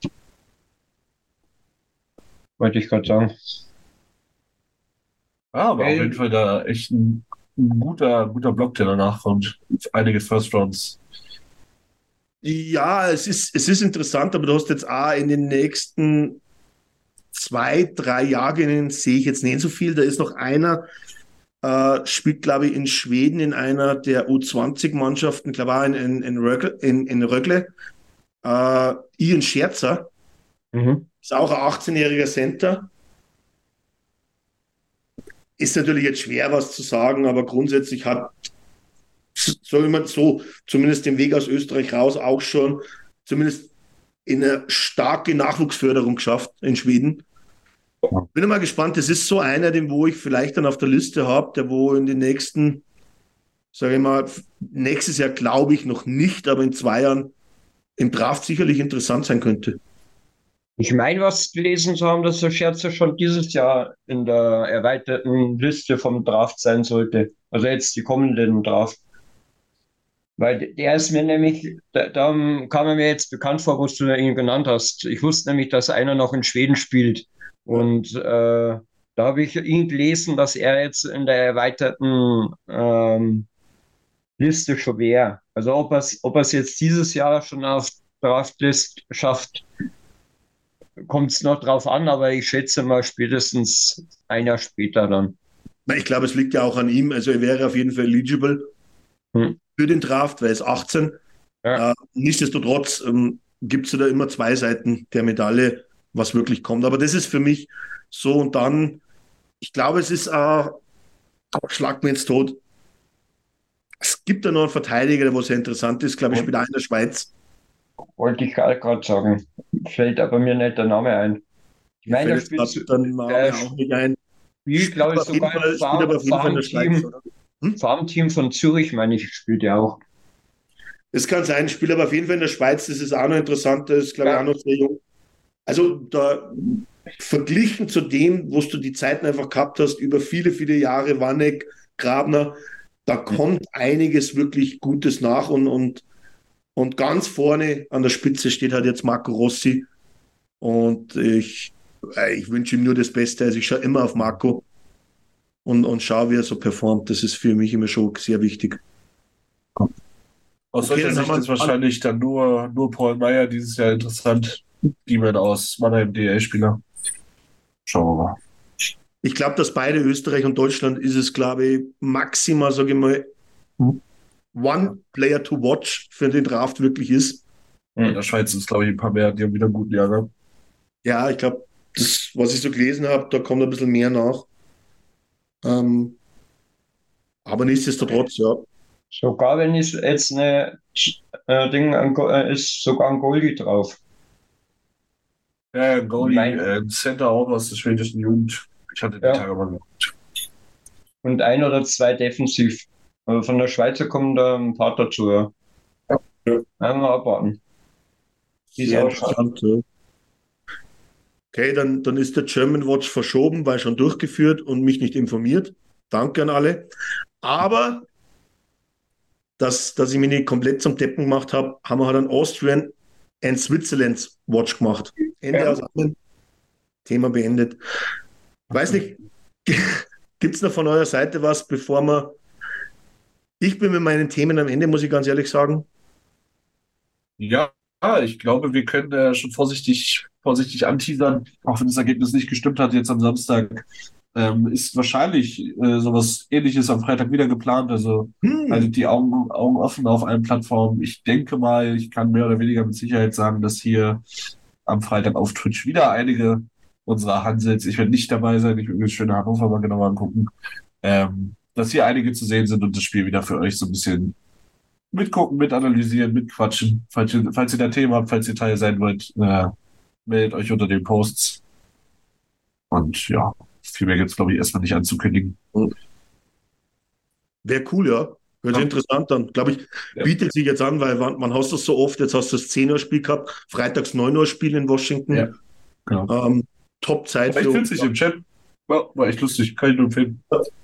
Wollte ich gerade sagen. Ja, aber Ey. auf jeden Fall da echt ein, ein guter, guter Block, der danach kommt. Einige First Rounds. Ja, es ist, es ist interessant, aber du hast jetzt auch in den nächsten zwei, drei Jahren sehe ich jetzt nicht so viel. Da ist noch einer, äh, spielt, glaube ich, in Schweden in einer der U zwanzig Mannschaften, glaube ich, auch in, in, in, Rögle, in, in Rögle. Äh, Ian Scherzer, Mhm. ist auch ein achtzehnjähriger Center. Ist natürlich jetzt schwer, was zu sagen, aber grundsätzlich hat, soll man so, zumindest den Weg aus Österreich raus auch schon, zumindest in eine starke Nachwuchsförderung geschafft in Schweden. Bin mal gespannt, das ist so einer, den wo ich vielleicht dann auf der Liste habe, der wo in den nächsten, sage ich mal, nächstes Jahr glaube ich noch nicht, aber in zwei Jahren im Draft sicherlich interessant sein könnte. Ich meine, was gelesen zu haben, dass der Scherzer schon dieses Jahr in der erweiterten Liste vom Draft sein sollte. Also jetzt die kommenden Draft. Weil der ist mir nämlich, da, da kam er mir jetzt bekannt vor, wo du ihn genannt hast. Ich wusste nämlich, dass einer noch in Schweden spielt. Und äh, da habe ich ihn gelesen, dass er jetzt in der erweiterten ähm, Liste schon wäre. Also ob er es ob er es jetzt dieses Jahr schon auf Draftlist schafft, kommt es noch drauf an, aber ich schätze mal spätestens ein Jahr später dann. Ich glaube, es liegt ja auch an ihm. Also er wäre auf jeden Fall eligible Hm. für den Draft, weil er ist achtzehn. Ja. Äh, nichtsdestotrotz ähm, gibt es ja da immer zwei Seiten der Medaille, was wirklich kommt. Aber das ist für mich so. Und dann, ich glaube, es ist, äh, schlag mir ins Tod. Es gibt da noch einen Verteidiger, der wo sehr interessant ist. Glaube ich, spielt auch in der Schweiz. Wollte ich gerade sagen. Fällt aber mir nicht der Name ein. Ich Mir meine, fällt der jetzt spielt, grad der Name der auch nicht ein. spielt, glaube ich, auf jeden sogar Fall, im spielt aber auf jeden Fall in der Schweiz, Farmteam, oder? Hm? Farmteam von Zürich, meine ich, spielt er auch. Das kann sein, spielt aber auf jeden Fall in der Schweiz. Das ist auch noch interessant. Das ist, glaube ich, Ja. auch noch sehr jung. Also da verglichen zu dem, wo du die Zeiten einfach gehabt hast, über viele, viele Jahre, Wanek, Grabner, da kommt einiges wirklich Gutes nach und, und, und ganz vorne an der Spitze steht halt jetzt Marco Rossi und ich, äh, ich wünsche ihm nur das Beste. Also ich schaue immer auf Marco und, und schaue, wie er so performt. Das ist für mich immer schon sehr wichtig. Aus Okay, solcher dann Sicht haben ist wir- wahrscheinlich dann nur, nur Paul Meyer dieses Jahr interessant. Demon aus Mannheim, D L-Spieler. Schauen wir mal. Ich glaube, dass beide Österreich und Deutschland ist es, glaube ich, maximal, sage ich mal, one player to watch für den Draft wirklich ist. In der Schweiz ist, glaube ich, ein paar mehr, die haben wieder einen guten Jahrgang. Ja, ich glaube, das, was ich so gelesen habe, da kommt ein bisschen mehr nach. Ähm, aber nichtsdestotrotz, ja. Sogar wenn ich jetzt eine äh, Ding an, Go- äh, ist sogar ein Goalie drauf. Ja, ein Goalie, Mein- äh, ein Center auch aus der schwedischen Jugend. Ich hatte die Ja. Tage mal geguckt. Und ein oder zwei defensiv. Also von der Schweizer kommen da ein paar dazu. Ja. Ja. Einmal abwarten. Wie es Sehr ausschaut. interessant, ja. Okay, dann, dann ist der German Watch verschoben, weil schon durchgeführt und mich nicht informiert. Danke an alle. Aber, dass, dass ich mich nicht komplett zum Deppen gemacht habe, haben wir halt einen Austrian and Switzerland Watch gemacht. Ende Ja. aus allem. Thema beendet. Weiß nicht, gibt es noch von eurer Seite was, bevor wir... Ich bin mit meinen Themen am Ende, muss ich ganz ehrlich sagen. Ja, ich glaube, wir können äh, schon vorsichtig, vorsichtig anteasern, auch wenn das Ergebnis nicht gestimmt hat jetzt am Samstag. Ähm, ist wahrscheinlich äh, sowas Ähnliches am Freitag wieder geplant. Also Hm. haltet die Augen, Augen offen auf allen Plattformen. Ich denke mal, ich kann mehr oder weniger mit Sicherheit sagen, dass hier am Freitag auf Twitch wieder einige unserer Hansels, ich werde nicht dabei sein, ich will mir das schöne Hannover mal genauer angucken, ähm, dass hier einige zu sehen sind und das Spiel wieder für euch so ein bisschen mitgucken, mitanalysieren, mitquatschen. Falls ihr, falls ihr da Themen habt, falls ihr Teil sein wollt, äh, meldet euch unter den Posts. Und ja, viel mehr gibt es, glaube ich, erstmal nicht anzukündigen. Wäre cool, ja. Hört sich Ja. interessant an. Glaube ich, Ja. bietet sich jetzt an, weil man, man hast das so oft, jetzt hast du das zehn Uhr Spiel gehabt, freitags neun Uhr Spiel in Washington. Ja. Genau. Ähm, Top-Zeit War echt für witzig im Chat. War, war echt lustig, kann ich nur empfehlen.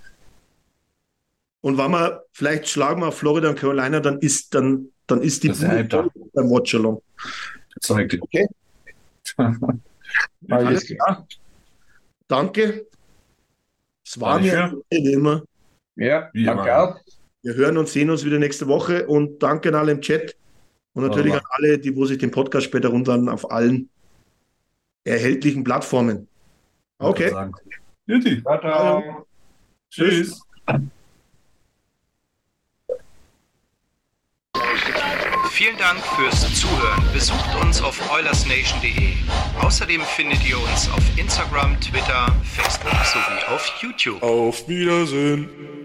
Und wenn wir, vielleicht schlagen wir auf Florida und Carolina, dann ist, dann, dann ist die Das ist der Hype da. beim Watchalong. Zeigt dir. Okay. Alles Alles klar. Danke. Es war mir Danke. wie immer. Ja, Wie danke immer. auch. Wir hören und sehen uns wieder nächste Woche und danke an alle im Chat und natürlich Wunderbar. an alle, die wo sich den Podcast später runterladen auf allen erhältlichen Plattformen. Okay. Sagen. Juti. Ciao, ciao. Tschüss. Vielen Dank fürs Zuhören. Besucht uns auf oilers nation punkt de. Außerdem findet ihr uns auf Instagram, Twitter, Facebook sowie auf YouTube. Auf Wiedersehen.